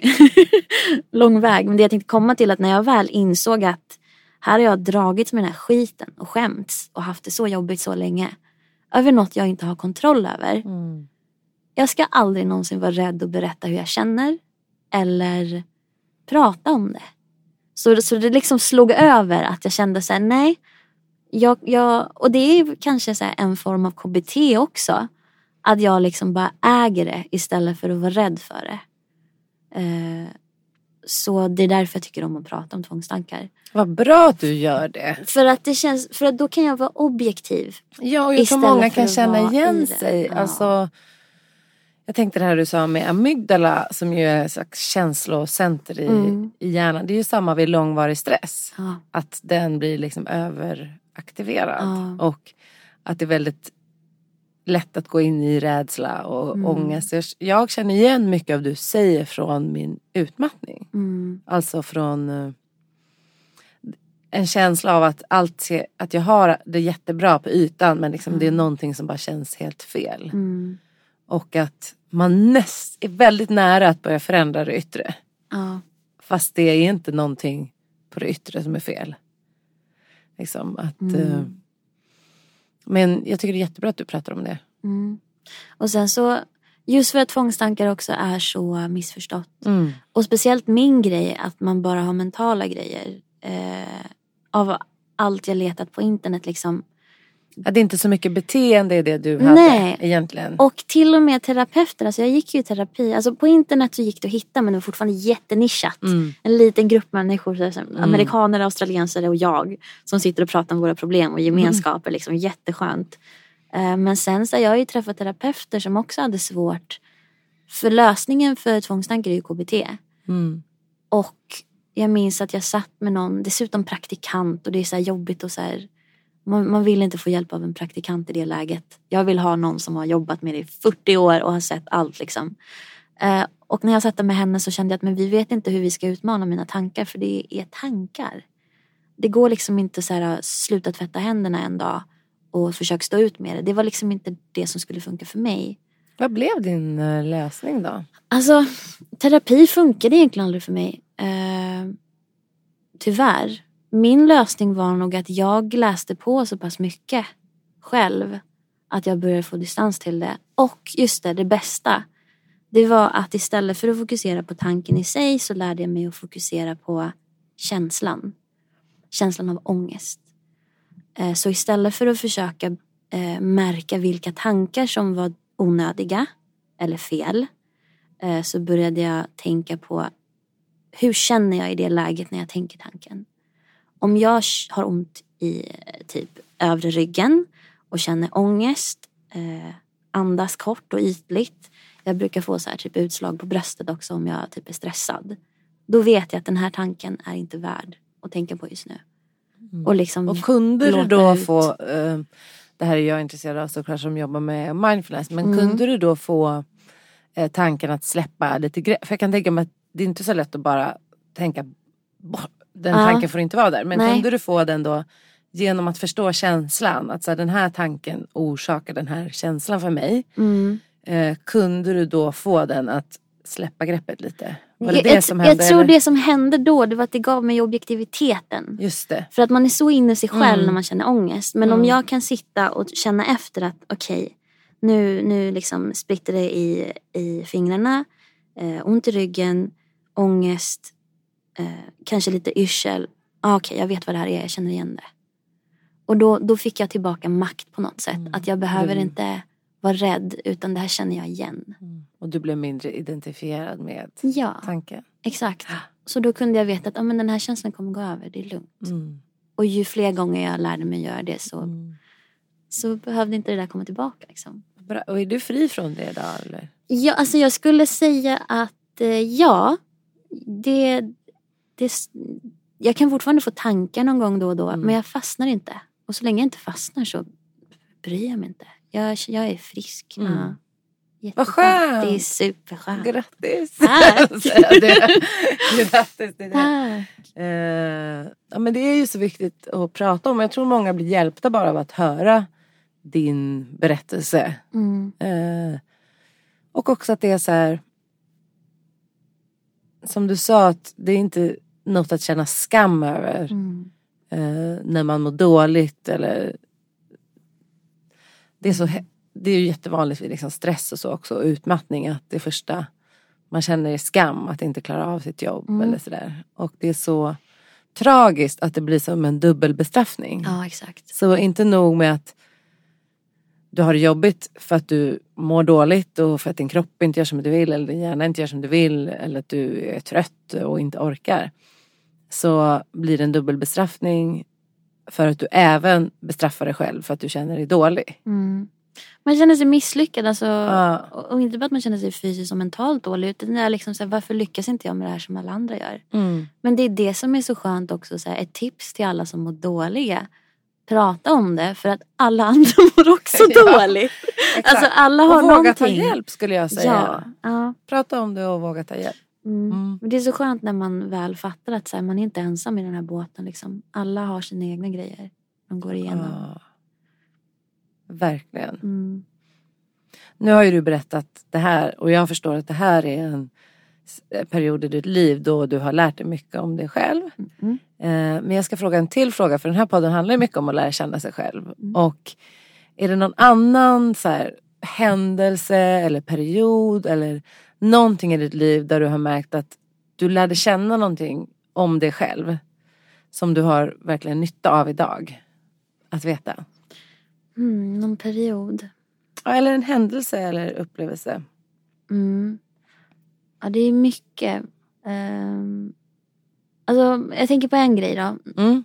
lång väg. Men det jag tänkte komma till att när jag väl insåg att här har jag dragits med den här skiten och skämts och haft det så jobbigt så länge. Över något jag inte har kontroll över. Mm. Jag ska aldrig någonsin vara rädd att berätta hur jag känner. Eller prata om det. Så, så det liksom slog över att jag kände så här, nej. Jag, jag, och det är kanske så här en form av K B T också. Att jag liksom bara äger det istället för att vara rädd för det. Eh, så det är därför jag tycker om att prata om tvångstankar. Vad bra att du gör det. För att det känns, för att då kan jag vara objektiv. Ja, och jag tror många kan känna igen sig. Ja. Alltså, jag tänkte det här du sa med amygdala som ju är ett slags känslocenter i, mm. i hjärnan. Det är ju samma vid långvarig stress. Ja. Att den blir liksom överaktiverad. Ja. Och att det är väldigt lätt att gå in i rädsla och mm. ångest. Jag känner igen mycket av det du säger från min utmattning. Mm. Alltså från uh, en känsla av att allt att jag har det jättebra på ytan, men liksom mm. det är någonting som bara känns helt fel. Mm. Och att man näst är väldigt nära att börja förändra det yttre. Ja. Fast det är inte någonting på det yttre som är fel. Liksom att mm. uh, men jag tycker det är jättebra att du pratar om det. Mm. Och sen så, just för att tvångstankar också är så missförstått. Mm. Och speciellt min grej, att man bara har mentala grejer. Eh, av allt jag letat på internet liksom. Ja, det är inte så mycket beteende i det du hade. Nej. Egentligen. Och till och med terapeuter, alltså jag gick ju i terapi. Alltså på internet så gick det att hitta, men det var fortfarande jättenischat. Mm. En liten grupp människor, så, mm. amerikaner, australiensare och jag, som sitter och pratar om våra problem och gemenskaper. Mm. Liksom, jätteskönt. Uh, men sen så har jag ju träffat terapeuter som också hade svårt. För lösningen för tvångstankar är ju K B T. Mm. Och jag minns att jag satt med någon, dessutom praktikant, och det är så här jobbigt och så här. Man, man vill inte få hjälp av en praktikant i det läget. Jag vill ha någon som har jobbat med det i fyrtio år och har sett allt liksom. Eh, och när jag satt med henne så kände jag att men vi vet inte hur vi ska utmana mina tankar. För det är tankar. Det går liksom inte så här sluta tvätta händerna en dag och försöka stå ut med det. Det var liksom inte det som skulle funka för mig. Vad blev din uh, lösning då? Alltså, terapi funkade egentligen aldrig för mig. Eh, tyvärr. Min lösning var nog att jag läste på så pass mycket själv att jag började få distans till det. Och just det, det bästa, det var att istället för att fokusera på tanken i sig så lärde jag mig att fokusera på känslan. Känslan av ångest. Så istället för att försöka märka vilka tankar som var onödiga eller fel, så började jag tänka på hur känner jag i det läget när jag tänker tanken. Om jag har ont i typ övre ryggen och känner ångest, eh, andas kort och ytligt. Jag brukar få så här typ utslag på bröstet också om jag typ är stressad. Då vet jag att den här tanken är inte värd att tänka på just nu. Mm. Och, liksom och kunde du då ut. få, eh, det här är jag intresserad av såklart som jobbar med mindfulness, men mm. kunde du då få eh, tanken att släppa lite grepp? För jag kan tänka mig att det är inte så lätt att bara tänka bort. Den ja. tanken får inte vara där. Men Nej. kunde du få den då genom att förstå känslan? Att så här, den här tanken orsakar den här känslan för mig. Mm. Eh, kunde du då få den att släppa greppet lite? Var det jag, det som hände, jag tror eller? Det som hände då, det var att det gav mig objektiviteten. Just det. För att man är så inne i sig själv mm. när man känner ångest. Men mm. om jag kan sitta och känna efter att okej, okay, Nu, nu liksom spritter det i, i fingrarna. Eh, ont i ryggen. Ångest. Eh, kanske lite yrsel. Ah, Okej, okay, jag vet vad det här är. Jag känner igen det. Och då, då fick jag tillbaka makt på något sätt. Mm. Att jag behöver mm. inte vara rädd. Utan det här känner jag igen. Mm. Och du blev mindre identifierad med ja, tanken. Exakt. Så då kunde jag veta att ah, men den här känslan kommer gå över. Det är lugnt. Mm. Och ju fler gånger jag lärde mig göra det så, mm. så behövde inte det där komma tillbaka. Liksom. Bra. Och är du fri från det idag? Eller? Ja, alltså jag skulle säga att eh, ja. Det, det, jag kan fortfarande få tankar någon gång då och då. Mm. Men jag fastnar inte. Och så länge jag inte fastnar så bryr jag mig inte. Jag, jag är frisk. Mm. Ja. Vad skönt! Det är superskönt. Grattis! Tack! Grattis till det. Uh, ja, men det är ju så viktigt att prata om. Jag tror många blir hjälpta bara av att höra din berättelse. Mm. Uh, och också att det är så här, som du sa, att det är inte något att känna skam över. Mm. Uh, när man mår dåligt eller det är så he- det är ju jättevanligt vid liksom stress och så också, och utmattning, att det första man känner är skam att inte klara av sitt jobb mm. eller sådär. Och det är så tragiskt att det blir som en dubbelbestraffning. Ja, exakt. Så inte nog med att du har det jobbigt för att du mår dåligt och för att din kropp inte gör som du vill eller din hjärna inte gör som du vill eller att du är trött och inte orkar. Så blir det en dubbelbestraffning för att du även bestraffar dig själv för att du känner dig dålig. Mm. Man känner sig misslyckad alltså, ja. Och inte bara att man känner sig fysiskt och mentalt dålig, utan det är liksom så här, varför lyckas inte jag med det här som alla andra gör? Mm. Men det är det som är så skönt också, så här, ett tips till alla som mår dåliga. Prata om det, för att alla andra mår också ja, dåligt. Alltså alla har och våga någonting. Ta hjälp skulle jag säga. Ja, ja. Prata om det och våga ta hjälp. Mm. Mm. Det är så skönt när man väl fattar att så här, man är inte ensam i den här båten. Liksom. Alla har sina egna grejer de går igenom. Ja. Verkligen. Mm. Nu har ju du berättat det här och jag förstår att det här är en period i ditt liv då du har lärt dig mycket om dig själv. Mm. Eh, men jag ska fråga en till fråga, för den här podden handlar ju mycket om att lära känna sig själv. Mm. Och är det någon annan så här, händelse eller period eller någonting i ditt liv där du har märkt att du lärde känna någonting om dig själv som du har verkligen nytta av idag att veta? Mm, någon period. Ja, eller en händelse eller upplevelse. Mm. Ja, det är mycket. Um, alltså, jag tänker på en grej då. Mm.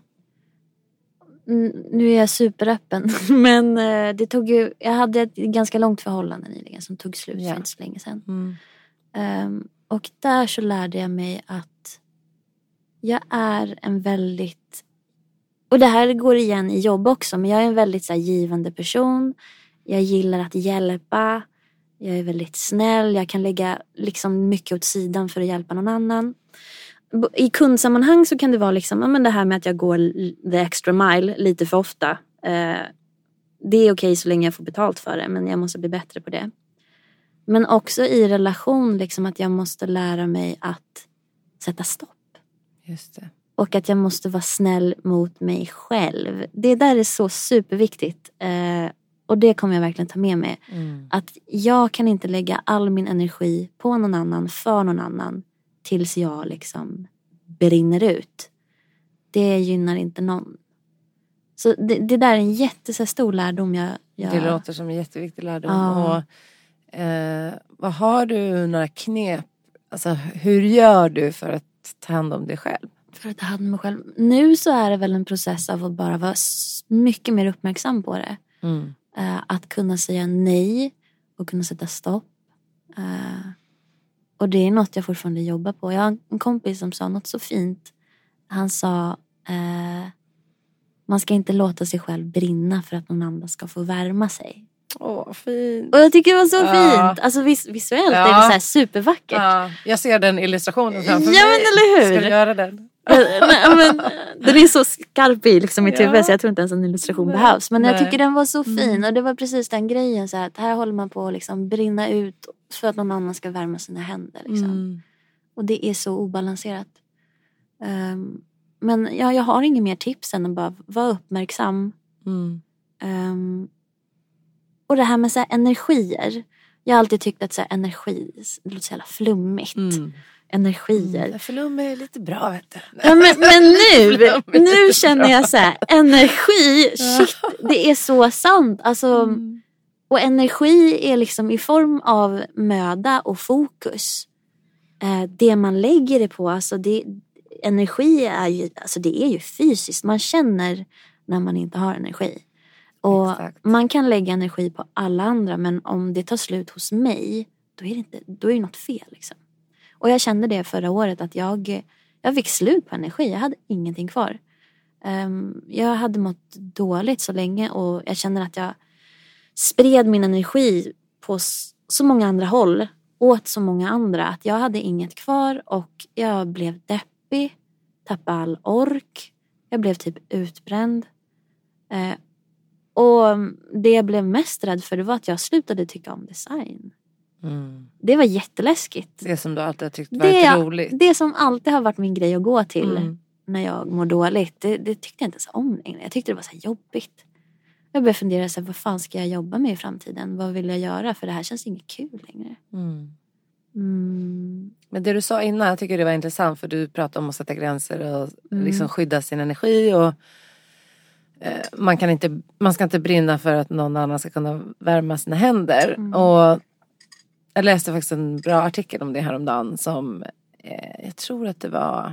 Mm, nu är jag superöppen. Men uh, det tog ju... Jag hade ett ganska långt förhållande nyligen som tog slut för inte så länge sedan. Mm. Um, och där så lärde jag mig att jag är en väldigt... Och det här går igen i jobb också. Men jag är en väldigt så här, givande person. Jag gillar att hjälpa. Jag är väldigt snäll. Jag kan lägga liksom mycket åt sidan för att hjälpa någon annan. I kundsammanhang så kan det vara liksom, ja, men det här med att jag går the extra mile lite för ofta. Eh, det är okej så länge jag får betalt för det. Men jag måste bli bättre på det. Men också i relation liksom att jag måste lära mig att sätta stopp. Just det. Och att jag måste vara snäll mot mig själv. Det där är så superviktigt. Eh, och det kommer jag verkligen ta med mig. Mm. Att jag kan inte lägga all min energi på någon annan, för någon annan. Tills jag liksom brinner ut. Det gynnar inte någon. Så det, det där är en jättestor lärdom. Jag, jag... Det låter som en jätteviktig lärdom. Ja. Och, eh, vad har du några knep? Alltså hur gör du för att ta hand om dig själv? För att ta hand om mig själv. Nu så är det väl en process av att bara vara mycket mer uppmärksam på det. Mm. Uh, att kunna säga nej och kunna sätta stopp. Uh, och det är något jag fortfarande jobbar på. Jag har en kompis som sa något så fint. Han sa uh, man ska inte låta sig själv brinna för att någon annan ska få värma sig. Åh, fint. Och jag tycker det var så ja. fint. Alltså vis- visuellt ja. är det så här supervackert. Ja. Jag ser den illustrationen framför ja, mig. Ja, men eller hur? Ska du göra den? Nej, men, den är så skarp i liksom mitt huvud, ja. så jag tror inte ens en illustration Nej. behövs. Men Nej. jag tycker den var så fin. Mm. Och det var precis den grejen. Så här, att här håller man på att liksom brinna ut för att någon annan ska värma sina händer. Liksom. Mm. Och det är så obalanserat. Um, men ja, jag har inget mer tips än att bara vara uppmärksam. Mm. Um, och det här med så här energier. Jag har alltid tyckt att så här, energi, det låter så jävla flummigt. Mm. Energier. Mm, flum är lite bra, vet du. Ja, men, men nu, nu känner jag så här, energi, shit, det är så sant. Alltså, mm. Och energi är liksom i form av möda och fokus. Eh, det man lägger det på, alltså det, energi är ju, alltså det är ju fysiskt. Man känner när man inte har energi. Och exakt. Man kan lägga energi på alla andra, men om det tar slut hos mig, då är det, inte, då är det något fel liksom. Och jag kände det förra året att jag, jag fick slut på energi. Jag hade ingenting kvar. Um, jag hade mått dåligt så länge och jag kände att jag spred min energi på så många andra håll. Åt så många andra att jag hade inget kvar och jag blev deppig. Tappade all ork. Jag blev typ utbränd. Uh, och det jag blev mest rädd för det var att jag slutade tycka om design. Mm. Det var jätteläskigt. Det som du alltid har tyckt varit det, roligt. Det som alltid har varit min grej att gå till mm. när jag mår dåligt. Det, det tyckte jag inte så om längre. Jag tyckte det var så jobbigt. Jag började fundera så här, vad fan ska jag jobba med i framtiden? Vad vill jag göra? För det här känns inget kul längre. Mm. Mm. Men det du sa innan, jag tycker det var intressant. För du pratade om att sätta gränser och mm. liksom skydda sin energi. Och eh, man, kan inte, man ska inte brinna för att någon annan ska kunna värma sina händer. Mm. Och jag läste faktiskt en bra artikel om det här om dagen som eh, jag tror att det var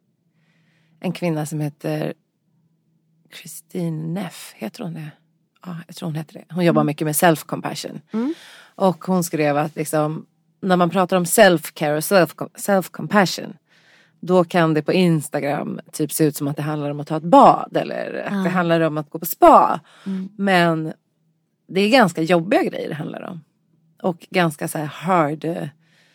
en kvinna som heter Christine Neff, heter hon det? Ja, jag tror hon heter det. Hon jobbar mm. mycket med self-compassion. Mm. Och hon skrev att liksom, när man pratar om self-care och self- self-compassion, då kan det på Instagram typ se ut som att det handlar om att ta ett bad eller att mm. det handlar om att gå på spa. Mm. Men det är ganska jobbiga grejer det handlar om. Och ganska så här hard. Eh,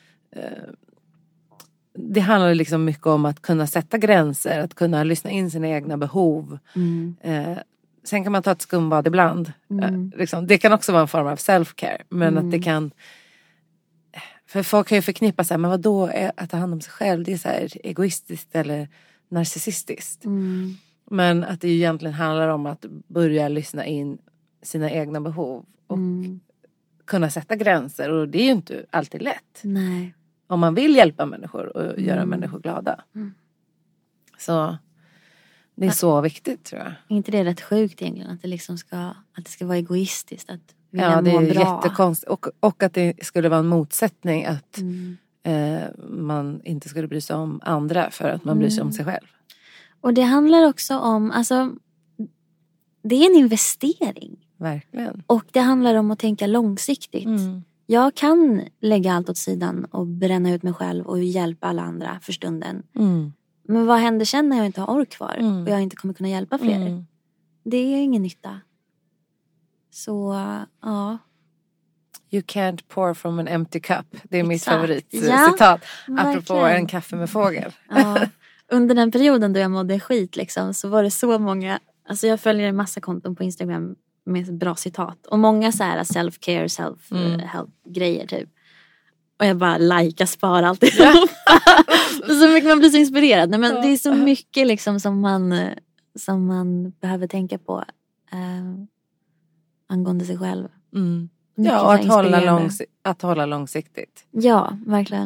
det handlar liksom mycket om att kunna sätta gränser. Att kunna lyssna in sina egna behov. Mm. Eh, sen kan man ta ett skumbad ibland. Mm. Eh, liksom, det kan också vara en form av self-care. Men mm. att det kan... För folk kan ju förknippa så här, men vadå är att ta hand om sig själv? Det är så här egoistiskt eller narcissistiskt. Mm. Men att det ju egentligen handlar om att börja lyssna in sina egna behov. Och mm. kunna sätta gränser. Och det är ju inte alltid lätt. Nej. Om man vill hjälpa människor och mm. göra människor glada. Mm. Så det är ja. så viktigt, tror jag. Är inte det rätt sjukt egentligen? Att det liksom ska, att det ska vara egoistiskt. Att ja, det är jättekonstigt. Och, och att det skulle vara en motsättning. Att mm. eh, man inte skulle bry sig om andra för att man bryr sig mm. om sig själv. Och det handlar också om, alltså, det är en investering. Verkligen. Och det handlar om att tänka långsiktigt. Mm. Jag kan lägga allt åt sidan och bränna ut mig själv och hjälpa alla andra för stunden. Mm. Men vad händer sen när jag inte har ork kvar mm. och jag inte kommer kunna hjälpa fler? Mm. Det är ingen nytta. Så, ja. You can't pour from an empty cup. Det är Exakt. mitt favoritcitat. Ja, apropå en kaffe med fågel. Ja. Under den perioden då jag mådde skit liksom, så var det så många... Alltså jag följer en massa konton på Instagram med bra citat. Och många så här self-care, self-help-grejer typ. Och jag bara likea, spara alltihop. Ja. Så mycket man blir så inspirerad. Nej, men ja. Det är så mycket liksom som man, som man behöver tänka på eh, angående sig själv. Mm. Ja, och att hålla, långs- att hålla långsiktigt. Ja, verkligen.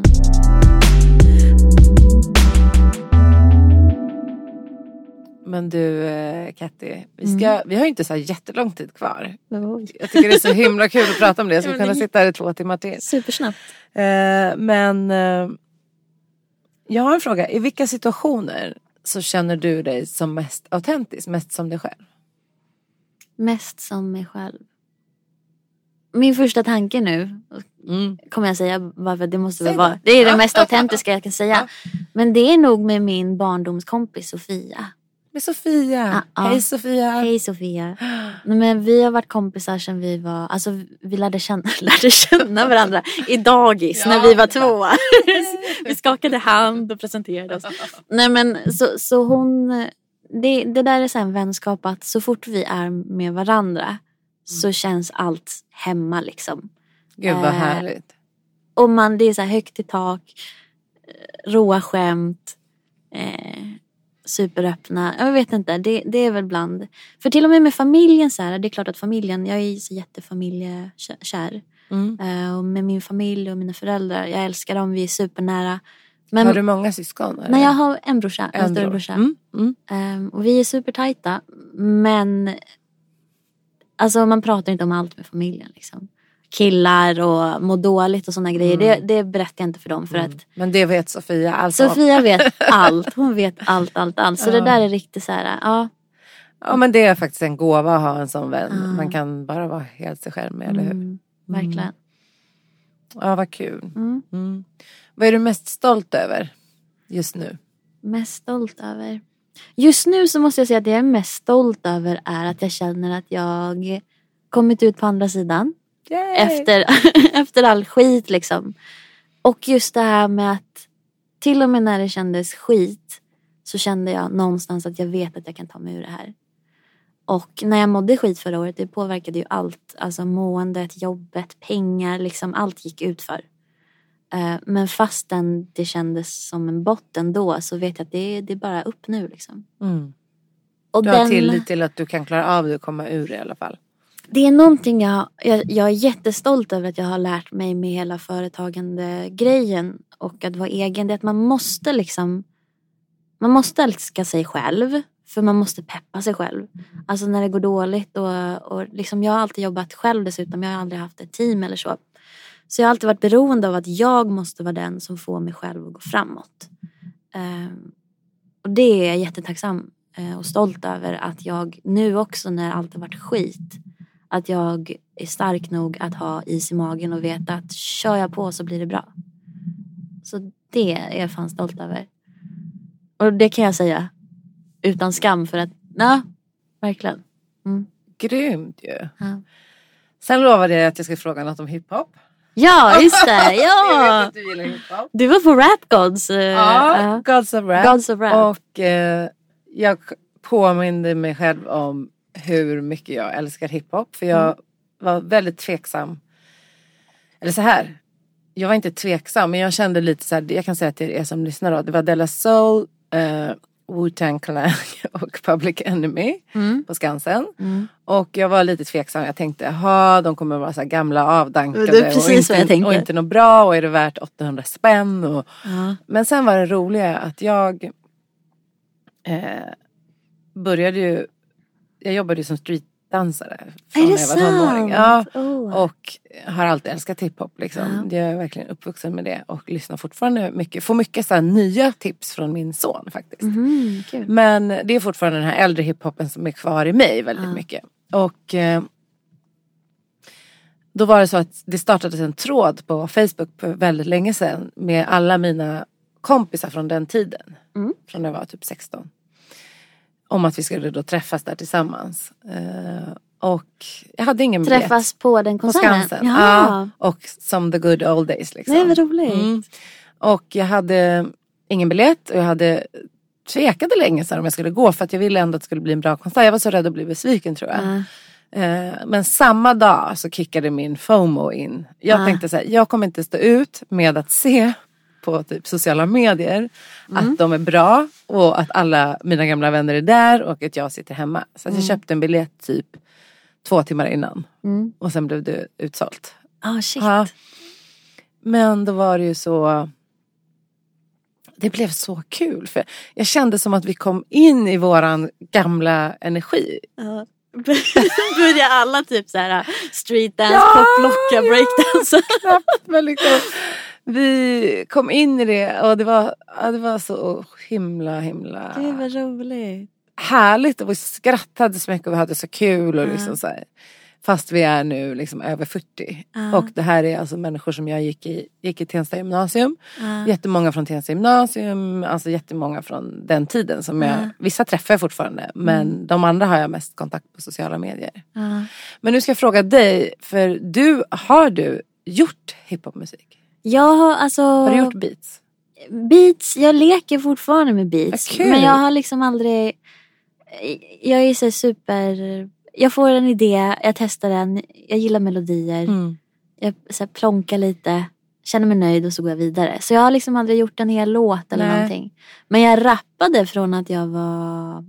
Men du, Katty, vi, ska, mm. vi har ju inte så här jättelång tid kvar. Oj. Jag tycker det är så himla kul att prata om det. Jag skulle kunna sitta här i två timmar till. Supersnabbt. Eh, men eh, jag har en fråga. I vilka situationer så känner du dig som mest autentisk? Mest som dig själv? Mest som mig själv. Min första tanke nu mm. kommer jag säga, varför det måste väl vara. Det är det mest autentiska jag kan säga. Men det är nog med min barndomskompis Sofia. Med Sofia. Ah, Hej ah. Sofia. Hej Sofia. Nej, men vi har varit kompisar sedan vi var, alltså vi lärde känna, lärde känna varandra i dagis ja, när vi var två. Vi skakade hand och presenterade oss. Nej men så, så hon, det, det där är så en vänskap att så fort vi är med varandra mm. så känns allt hemma liksom. Gud vad eh, härligt. Och man, det är så här högt i tak, råa skämt, eh, superöppna. Jag vet inte, det, det är väl bland. För till och med med familjen så här, det är klart att familjen, jag är så jättefamiljekär. Mm. Uh, och med min familj och mina föräldrar, jag älskar dem, vi är supernära. Men, har du många syskon? Eller? Nej, jag har en brorsa, en, en större brorsa. Mm. Mm. Um, och vi är supertajta, men alltså man pratar inte om allt med familjen liksom. Killar och må dåligt och såna grejer. Mm. Det, det berättar jag inte för dem. För mm. att, men det vet Sofia. Alltså. Sofia vet allt. Hon vet allt, allt, allt. Så ja. Det där är riktigt så här, ja. Ja, men det är faktiskt en gåva att ha en sån vän. Ja. Man kan bara vara helt sig själv med, eller hur? Mm. Verkligen. Mm. Ja, vad kul. Mm. Mm. Vad är du mest stolt över just nu? Mest stolt över? Just nu så måste jag säga att det jag är mest stolt över är att jag känner att jag kommit ut på andra sidan. Efter, efter all skit liksom. Och just det här med att till och med när det kändes skit så kände jag någonstans att jag vet att jag kan ta mig ur det här. Och när jag mådde skit förra året, det påverkade ju allt. Alltså måendet, jobbet, pengar, liksom allt gick ut för. Uh, men fastän det kändes som en botten då, så vet jag att det, det är bara upp nu liksom. Mm. Och du har den, tillit till att du kan klara av det och komma ur det i alla fall. Det är någonting jag, jag, jag är jättestolt över att jag har lärt mig med hela företagande grejen och att vara egen. Det är att man måste liksom, man måste älska sig själv, för man måste peppa sig själv. Alltså när det går dåligt och, och liksom, jag har alltid jobbat själv dessutom, jag har aldrig haft ett team eller så. Så jag har alltid varit beroende av att jag måste vara den som får mig själv att gå framåt. Um, och det är jag jättetacksam uh, och stolt över att jag nu också när allt har varit skit, att jag är stark nog att ha is i magen och veta att kör jag på så blir det bra. Så det är jag fan stolt över. Och det kan jag säga utan skam för att, ja, verkligen. Mm. Grymt ju. Ja. Sen lovade jag att jag ska fråga något om hiphop. Ja, just det. Ja. Jag vet att du gillar hiphop. Du var på Rap Gods. Uh, ja, uh, Gods of Rap. Gods of Rap. Och uh, jag påminde mig själv om hur mycket jag älskar hiphop. För jag mm. var väldigt tveksam. Eller så här. Jag var inte tveksam, men jag kände lite så här. Jag kan säga till er som lyssnar då. Det var De La Soul, uh, Wu-Tang Clan och Public Enemy mm. på Skansen. Mm. Och jag var lite tveksam. Jag tänkte, jaha, de kommer vara så här gamla avdankade. Det är precis och, inte, vad jag tänkte. och inte något bra. Och är det värt åttahundra spänn? Och, ja. Men sen var det roliga att jag eh, började ju, jag jobbade ju som streetdansare från när jag var tonåring. Ja, oh. Och har alltid älskat hiphop liksom. Ja. Jag är verkligen uppvuxen med det och lyssnar fortfarande mycket. Får mycket så här nya tips från min son faktiskt. Mm, cool. Men det är fortfarande den här äldre hiphopen som är kvar i mig väldigt ja. mycket. Och eh, då var det så att det startades en tråd på Facebook för väldigt länge sedan med alla mina kompisar från den tiden. Mm. Från när jag var typ sexton. Om att vi skulle då träffas där tillsammans. Uh, och jag hade ingen biljett. Träffas på den konserten? På Skansen. Ja. Och som the good old days liksom. Det var roligt. Mm. Och jag hade ingen biljett. Och jag hade tvekade länge sedan om jag skulle gå. För att jag ville ändå att det skulle bli en bra konsert. Jag var så rädd att bli besviken tror jag. Uh. Uh, men samma dag så kickade min FOMO in. Jag uh. tänkte så här, jag kommer inte stå ut med att se på typ sociala medier mm. att de är bra och att alla mina gamla vänner är där och att jag sitter hemma. Så att jag mm. köpte en biljett typ två timmar innan mm. och sen blev det utsålt. Ah, oh, shit. Ja. Men då var det ju så, det blev så kul för jag kände som att vi kom in i våran gamla energi. Ja. Börjar alla typ så här streetdance, ja! Poplocka, breakdance. Knappt, men liksom vi kom in i det och det var, ja, det var så himla, himla... Det var roligt. Härligt och vi skrattade så mycket och vi hade så kul och liksom så här. Fast vi är nu liksom över fyrtio. Uh. Och det här är alltså människor som jag gick i, gick i Tensta gymnasium. Uh. Jättemånga från Tensta gymnasium. Alltså jättemånga från den tiden. Som jag, uh. vissa träffar jag fortfarande. Men mm. de andra har jag mest kontakt på sociala medier. Uh. Men nu ska jag fråga dig. För du, har du gjort hiphopmusik? Ja, alltså... Har du gjort beats? Beats, jag leker fortfarande med beats. Okay. Men jag har liksom aldrig... Jag är så super... Jag får en idé, jag testar den, jag gillar melodier. Mm. Jag så här, plonkar lite. känner mig nöjd och så går jag vidare. Så jag har liksom aldrig gjort en hel låt eller Nej. någonting. Men jag rappade från att jag var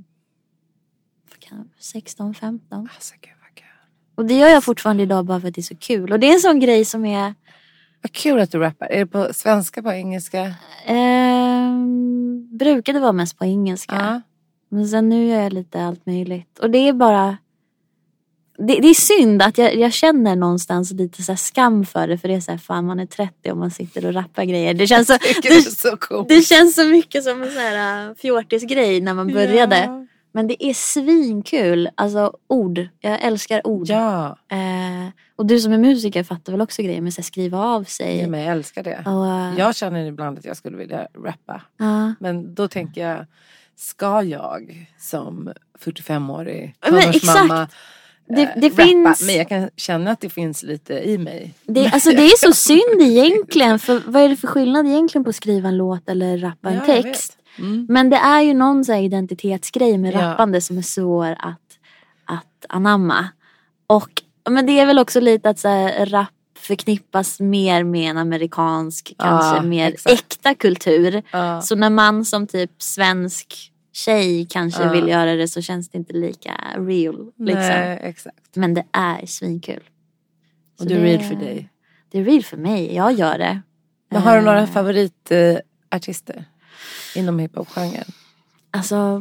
sexton femton. Alltså, gud vad kul. Och det gör jag fortfarande idag bara för att det är så kul. Och det är en sån grej som är... Vad kul att du rappar. Är det på svenska, på engelska? Eh, brukade vara mest på engelska. Ja. Men sen nu gör jag lite allt möjligt. Och det är bara... Det, det är synd att jag, jag känner någonstans lite så här skam för det. För det är så här, fan man är trettio och man sitter och rappar grejer. Det känns så, det, det, så cool. det känns så mycket som en så här uh, fjortis-grej när man började. Ja. Men det är svinkul. Alltså ord. Jag älskar ord. Ja. Eh, och du som är musiker fattar väl också grejer med att skriva av sig. Ja, men jag älskar det. Och, uh, jag känner ibland att jag skulle vilja rappa. uh, Men då tänker jag, ska jag som fyrtiofemårig Men tonårsmamma exakt. Det, eh, det rappa? finns... Men jag kan känna att det finns lite i mig. Det, alltså det är så synd egentligen. För vad är det för skillnad egentligen på att skriva en låt eller rappa en Ja, jag text? Mm. Men det är ju någon så här identitetsgrej med Ja. rappande som är svår att, att anamma. Och men det är väl också lite att så här, rap förknippas mer med en amerikansk, kanske Ja, mer exakt. äkta kultur. Ja. Så när man som typ svensk tjej kanske Ja. vill göra det så känns det inte lika real. Liksom. Nej, exakt. Men det är svinkul. Så Och det är real för dig. Det är real för mig, jag gör det. Men har du några Eh, favoritartister inom hiphop-genren? Alltså,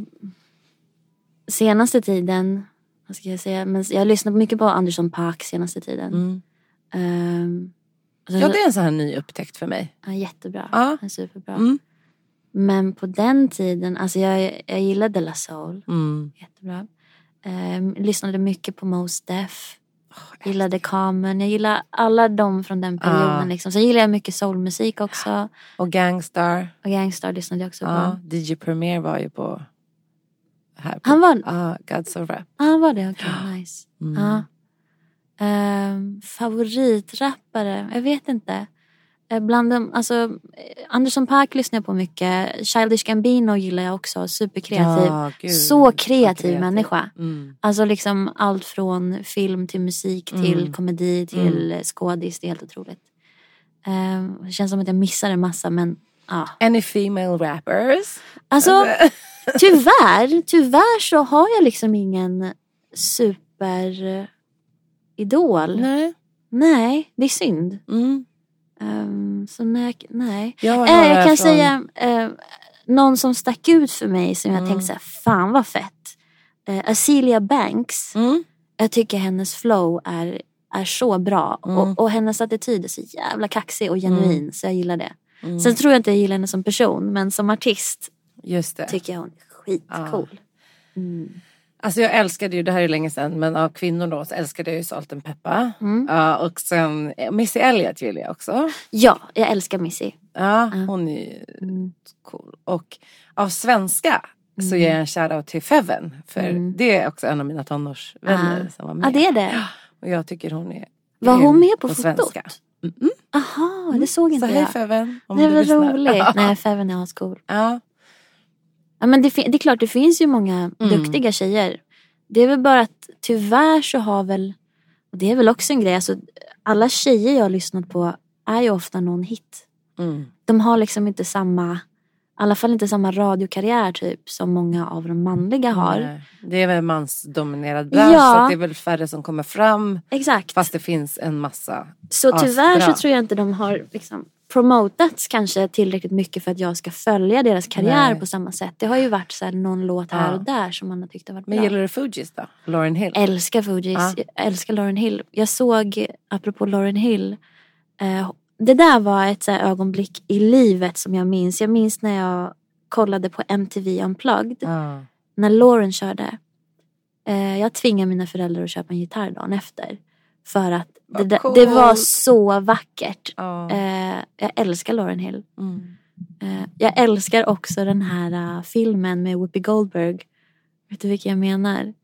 senaste tiden, vad ska jag säga, men jag har lyssnat mycket på Anderson .Paak senaste tiden. Mm. Um, Ja, det är en sån här ny upptäckt för mig. Ja, jättebra. Ja. Han är superbra. Mm. Men på den tiden, alltså jag, jag gillade De La Soul. Mm. Jättebra. Um, lyssnade mycket på Mos Def. Oh, Gillade Common. Jag gillar alla de från den perioden. Ja. Liksom. Så gillar jag mycket soulmusik också. Och Gangstar. Och Gangstar lyssnade jag också Ja, på. D J Premier var ju på... Här på Han var... Ja, Gods of Rap. Ja, han var det. Okej, nice. Mm. Ja. Um, favoritrappare? Jag vet inte. Eh, Bland dem, alltså... eh, Anderson .Paak lyssnar jag på mycket. Childish Gambino gillar jag också. Superkreativ. Ja, gud, så kreativ, kreativ. människa. Mm. Alltså liksom allt från film till musik till Mm. komedi till mm. skådis. Det är helt otroligt. Um, det känns som att jag missar en massa, men ja. Any female rappers? Alltså, tyvärr, tyvärr så har jag liksom ingen superidol. Nej. Nej, det är synd. Mm. Um, så nej, nej. Jag, har Eh, några jag kan från- säga eh, någon som stack ut för mig som jag Mm. tänkte så här, fan vad fett. Eh, Azealia Banks. Mm. Jag tycker hennes flow är, är så bra. Mm. Och, och hennes attityd är så jävla kaxig och genuin. Mm. Så jag gillar det. Mm. Sen tror jag inte jag gillar henne som person. Men som artist Just det. tycker jag hon är skitcool. Mm. Alltså jag älskade ju, det här är länge sedan, men av kvinnor då så älskade jag ju Salt and Pepper. Mm. Ja, och sen eh, Missy Elliott gillar jag också. Ja, jag älskar Missy. Ja, Ja. hon är ju Mm. cool. Och av svenska så Mm. ger jag en shoutout till Feven. För Mm. det är också en av mina tonårsvänner Ah. som var med. Ja, det är det. Och jag tycker hon är Var grym hon med på svenska. fotot? Mm-mm. Aha, det såg inte Så hej jag. Feven, om Det du var lyssnar. roligt. Nej, Feven är ascool. Ja. Ja, men det, fin- det är klart, det finns ju många Mm. duktiga tjejer. Det är väl bara att tyvärr så har väl, och det är väl också en grej, alltså, alla tjejer jag har lyssnat på är ju ofta någon hit. Mm. De har liksom inte samma, i alla fall inte samma radiokarriär typ som många av de manliga har. Nej. Det är väl en mansdominerad bransch, Ja. så att det är väl färre som kommer fram. Exakt. Fast det finns en massa. Så tyvärr asbra. så tror jag inte de har liksom promotats kanske tillräckligt mycket för att jag ska följa deras karriär Nej. på samma sätt. Det har ju varit så här någon låt här Ja. och där som man har tyckt har varit Men bra. gillar du Fugees då? Lauryn Hill? Älskar Fugees. Ja. Jag älskar Lauryn Hill. Jag såg, apropå Lauryn Hill, eh, det där var ett så här ögonblick i livet som jag minns. Jag minns när jag kollade på M T V Unplugged. Ja. När Lauren körde. Eh, jag tvingade mina föräldrar att köpa en gitarr dagen efter. För att det, Vad där- coolt. det var så vackert. Ja. Eh, jag älskar Lauryn Hill. Mm. Eh, jag älskar också den här uh, filmen med Whoopi Goldberg. Vet du vilken jag menar?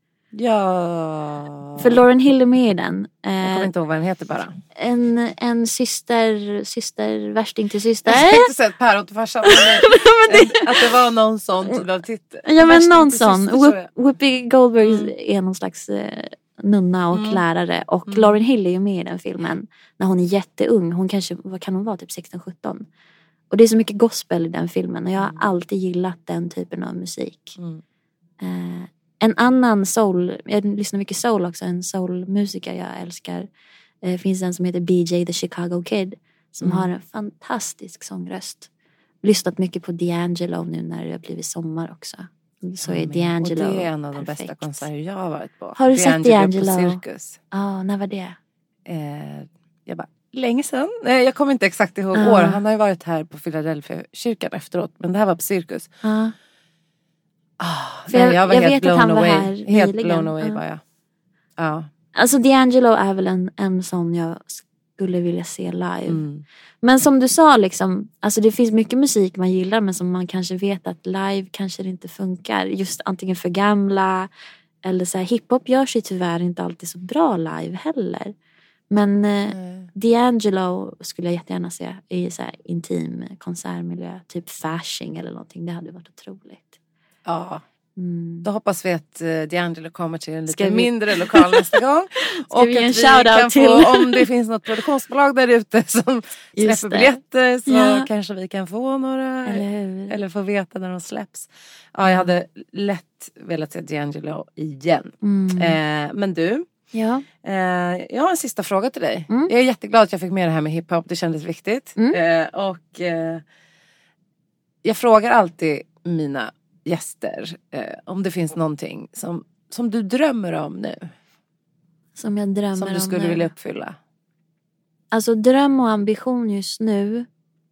Ja. För Lauryn Hill är med i den. Jag kommer Eh, inte ihåg vad den heter bara. en, en syster, syster, värsting till syster. Jag tänkte säga ett päron till farsan. Men att det var någon sån typ av titel. Ja, men Värsting någon till sån. syster, tror jag. Whoop- Whoopi Goldberg Mm. är någon slags eh, nunna och Mm. lärare. Och Mm. Lauryn Hill är ju med i den filmen när hon är jätteung. Hon kanske, vad kan hon vara, typ sexton sjutton. Och det är så mycket gospel i den filmen. Och jag har Mm. alltid gillat den typen av musik. Mm. Eh, en annan soul, jag lyssnar mycket soul också. En soulmusiker jag älskar. Eh, finns en som heter B J the Chicago Kid. Som Mm. har en fantastisk sångröst. Lyssnat mycket på D'Angelo nu när det har blivit sommar också. Så är D'Angelo Och det är en av de perfekt. bästa konserter jag har varit på. Har du sett D'Angelo? på Cirkus. Ja, oh, när var det? Eh, jag bara, länge sedan. Eh, jag kommer inte exakt ihåg Ah. år. Han har ju varit här på Philadelphia kyrkan efteråt. Men det här var på Cirkus. Ja. Ah, För nej, jag- jag var jag helt vet att blown han var away. här Helt nyligen. blown away Ja. var jag. Ja. Alltså D'Angelo är väl en, en sån jag skulle vilja se live. Mm. Men som du sa liksom, alltså det finns mycket musik man gillar men som man kanske vet att live kanske det inte funkar. Just antingen för gamla eller så här, hiphop görs ju tyvärr inte alltid så bra live heller. Men eh, Mm. D'Angelo skulle jag jättegärna se i så här intim konsertmiljö, typ Fasching eller någonting. Det hade varit otroligt. Ja. Mm. Då hoppas vi att uh, D'Angelo kommer till en Ska lite vi- mindre lokal nästa gång. Och vi ge en att vi shout-out kan till- få, om det finns något produktionsbolag där ute som Just släpper det. biljetter så Ja. kanske vi kan få några. Eller hur? Eller få veta när de släpps. Ja, jag hade lätt velat se D'Angelo igen. Mm. Eh, men du, Ja. eh, jag har en sista fråga till dig. Mm. Jag är jätteglad att jag fick med det här med hiphop. Det kändes viktigt. Mm. Eh, och eh, jag frågar alltid mina gäster eh, om det finns någonting som, som du drömmer om nu. Som jag drömmer Som du om skulle nu. vilja uppfylla. Alltså dröm och ambition just nu,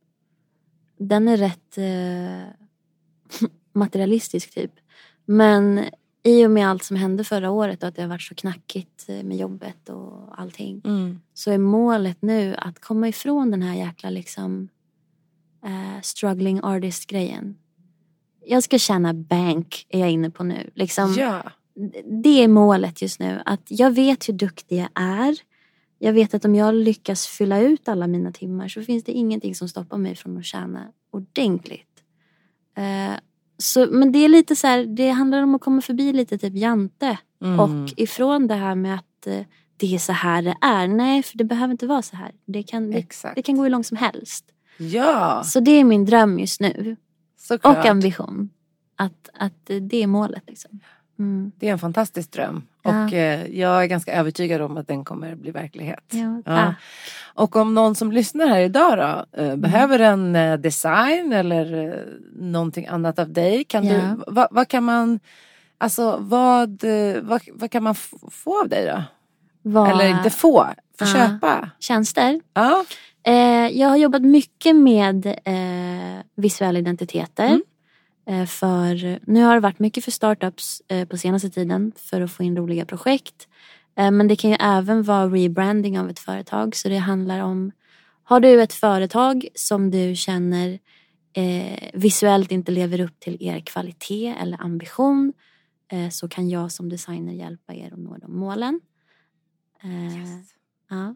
den är rätt eh, materialistisk typ. Men i och med allt som hände förra året och att det har varit så knackigt eh, med jobbet och allting. Mm. Så är målet nu att komma ifrån den här jäkla liksom eh, struggling artist-grejen. Jag ska tjäna bank är jag inne på nu. Liksom, Ja. det är målet just nu. Att jag vet hur duktig jag är. Jag vet att om jag lyckas fylla ut alla mina timmar så finns det ingenting som stoppar mig från att tjäna ordentligt. Eh, så, men det är lite så här, det handlar om att komma förbi lite typ jante. Mm. Och ifrån det här med att eh, det är så här det är. Nej, för det behöver inte vara så här. Det kan, det, Exakt. det kan gå hur långt som helst. Ja. Så det är min dröm just nu. Såklart. Och ambition. Att, att eh, det är målet liksom. Mm. Det är en fantastisk dröm. Ja. Och eh, jag är ganska övertygad om att den kommer bli verklighet. Ja, Ja. tack. Och om någon som lyssnar här idag då, eh, behöver en eh, design eller eh, någonting annat av dig. Kan Ja. du, vad, vad kan man, alltså vad, eh, vad, vad kan man f- få av dig då? Vad- Eller inte få, få Ja. köpa. Tjänster. Ja. Eh, jag har jobbat mycket med eh, visuella identiteter. Mm. Eh, för nu har det varit mycket för startups eh, på senaste tiden för att få in roliga projekt. Eh, men det kan ju även vara rebranding av ett företag. Så det handlar om, har du ett företag som du känner eh, visuellt inte lever upp till er kvalitet eller ambition, eh, så kan jag som designer hjälpa er att nå de målen. Eh, Yes. ja.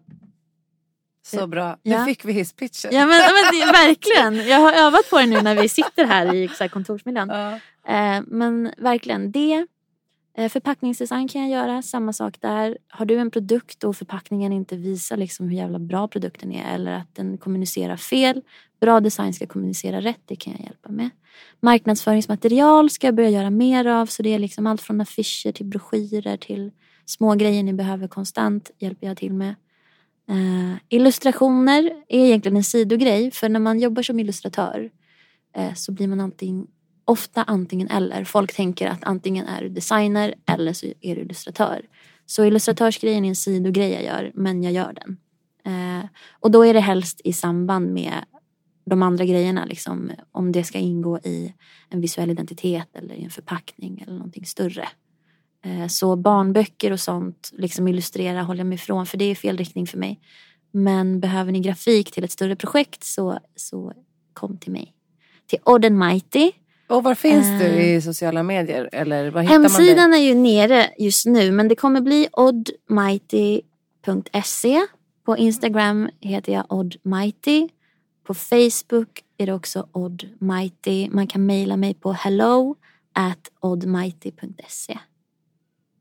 Så bra. Ja. Nu fick vi hisspitchen. Ja men, men det, verkligen. Jag har övat på det nu när vi sitter här i så här, kontorsmiljön. Ja. Eh, men verkligen det. Eh, förpackningsdesign kan jag göra. Samma sak där. Har du en produkt och förpackningen inte visar liksom hur jävla bra produkten är. Eller att den kommunicerar fel. Bra design ska kommunicera rätt. Det kan jag hjälpa med. Marknadsföringsmaterial ska jag börja göra mer av. Så det är liksom allt från affischer till broschyrer till små grejer ni behöver konstant. Hjälper jag till med. Uh, illustrationer är egentligen en sidogrej. För när man jobbar som illustratör uh, så blir man antingen, ofta antingen eller. Folk tänker att antingen är du designer eller så är du illustratör. Så illustratörsgrejen är en sidogrej jag gör, men jag gör den. Uh, och då är det helst i samband med de andra grejerna. Liksom, om det ska ingå i en visuell identitet eller i en förpackning eller någonting större. Så barnböcker och sånt, liksom illustrera, håller jag mig ifrån. För det är fel riktning för mig. Men behöver ni grafik till ett större projekt så, så kom till mig. Till Odd and Mighty. Och var finns Eh. du i sociala medier? Eller var hittar man Hemsidan dig? är ju nere just nu. Men det kommer bli odd mighty punkt se. På Instagram heter jag Odd Mighty. På Facebook är det också Odd Mighty. Man kan mejla mig på hello at odd mighty punkt se.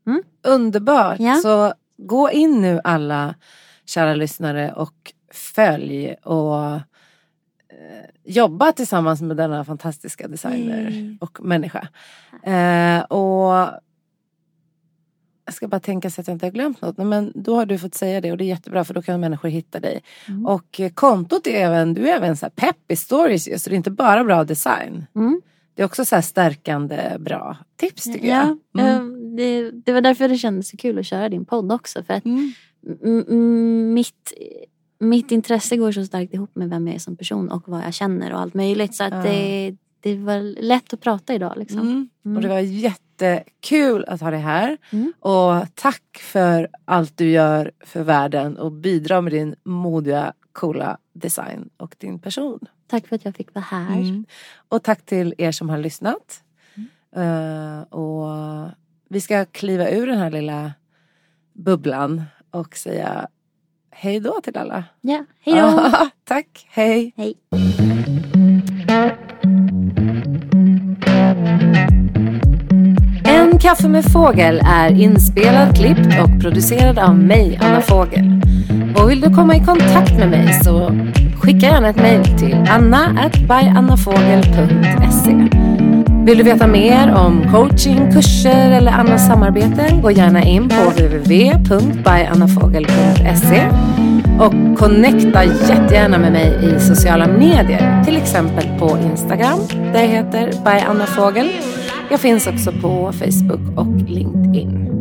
Mm. Underbart. Ja. Så gå in nu alla kära lyssnare och följ och eh, jobba tillsammans med denna fantastiska designer mm. och människa. Eh, och jag ska bara tänka så att jag inte har glömt något. Men då har du fått säga det och det är jättebra för då kan människor hitta dig. Mm. Och kontot är även, du är även så här peppy stories just, så det är inte bara bra design. Mm. Det är också så här stärkande bra tips tycker ja, jag. Mm. Det, det var därför det kändes så kul att köra din podd också. För att mm. m- m- mitt, mitt intresse går så starkt ihop med vem jag är som person och vad jag känner och allt möjligt. Så att ja. det, det var lätt att prata idag liksom. Mm. Mm. Och det var jättekul att ha dig här. Mm. Och tack för allt du gör för världen och bidrar med din modiga, coola design och din person. Tack för att jag fick vara här. Mm. Och tack till er som har lyssnat. Mm. Uh, och vi ska kliva ur den här lilla bubblan och säga hej då till alla. Ja, hej då. Tack, hej. Hej. En kaffe med fågel är inspelad, klippt och producerad av mig, Anna Fågel. Och vill du komma i kontakt med mig så skicka gärna ett mejl till anna at by annafogel punkt se. Vill du veta mer om coaching, kurser eller andra samarbeten, gå gärna in på w w w punkt by annafogel punkt se och connecta jättegärna med mig i sociala medier, till exempel på Instagram, där jag heter by annafogel. Jag finns också på Facebook och LinkedIn.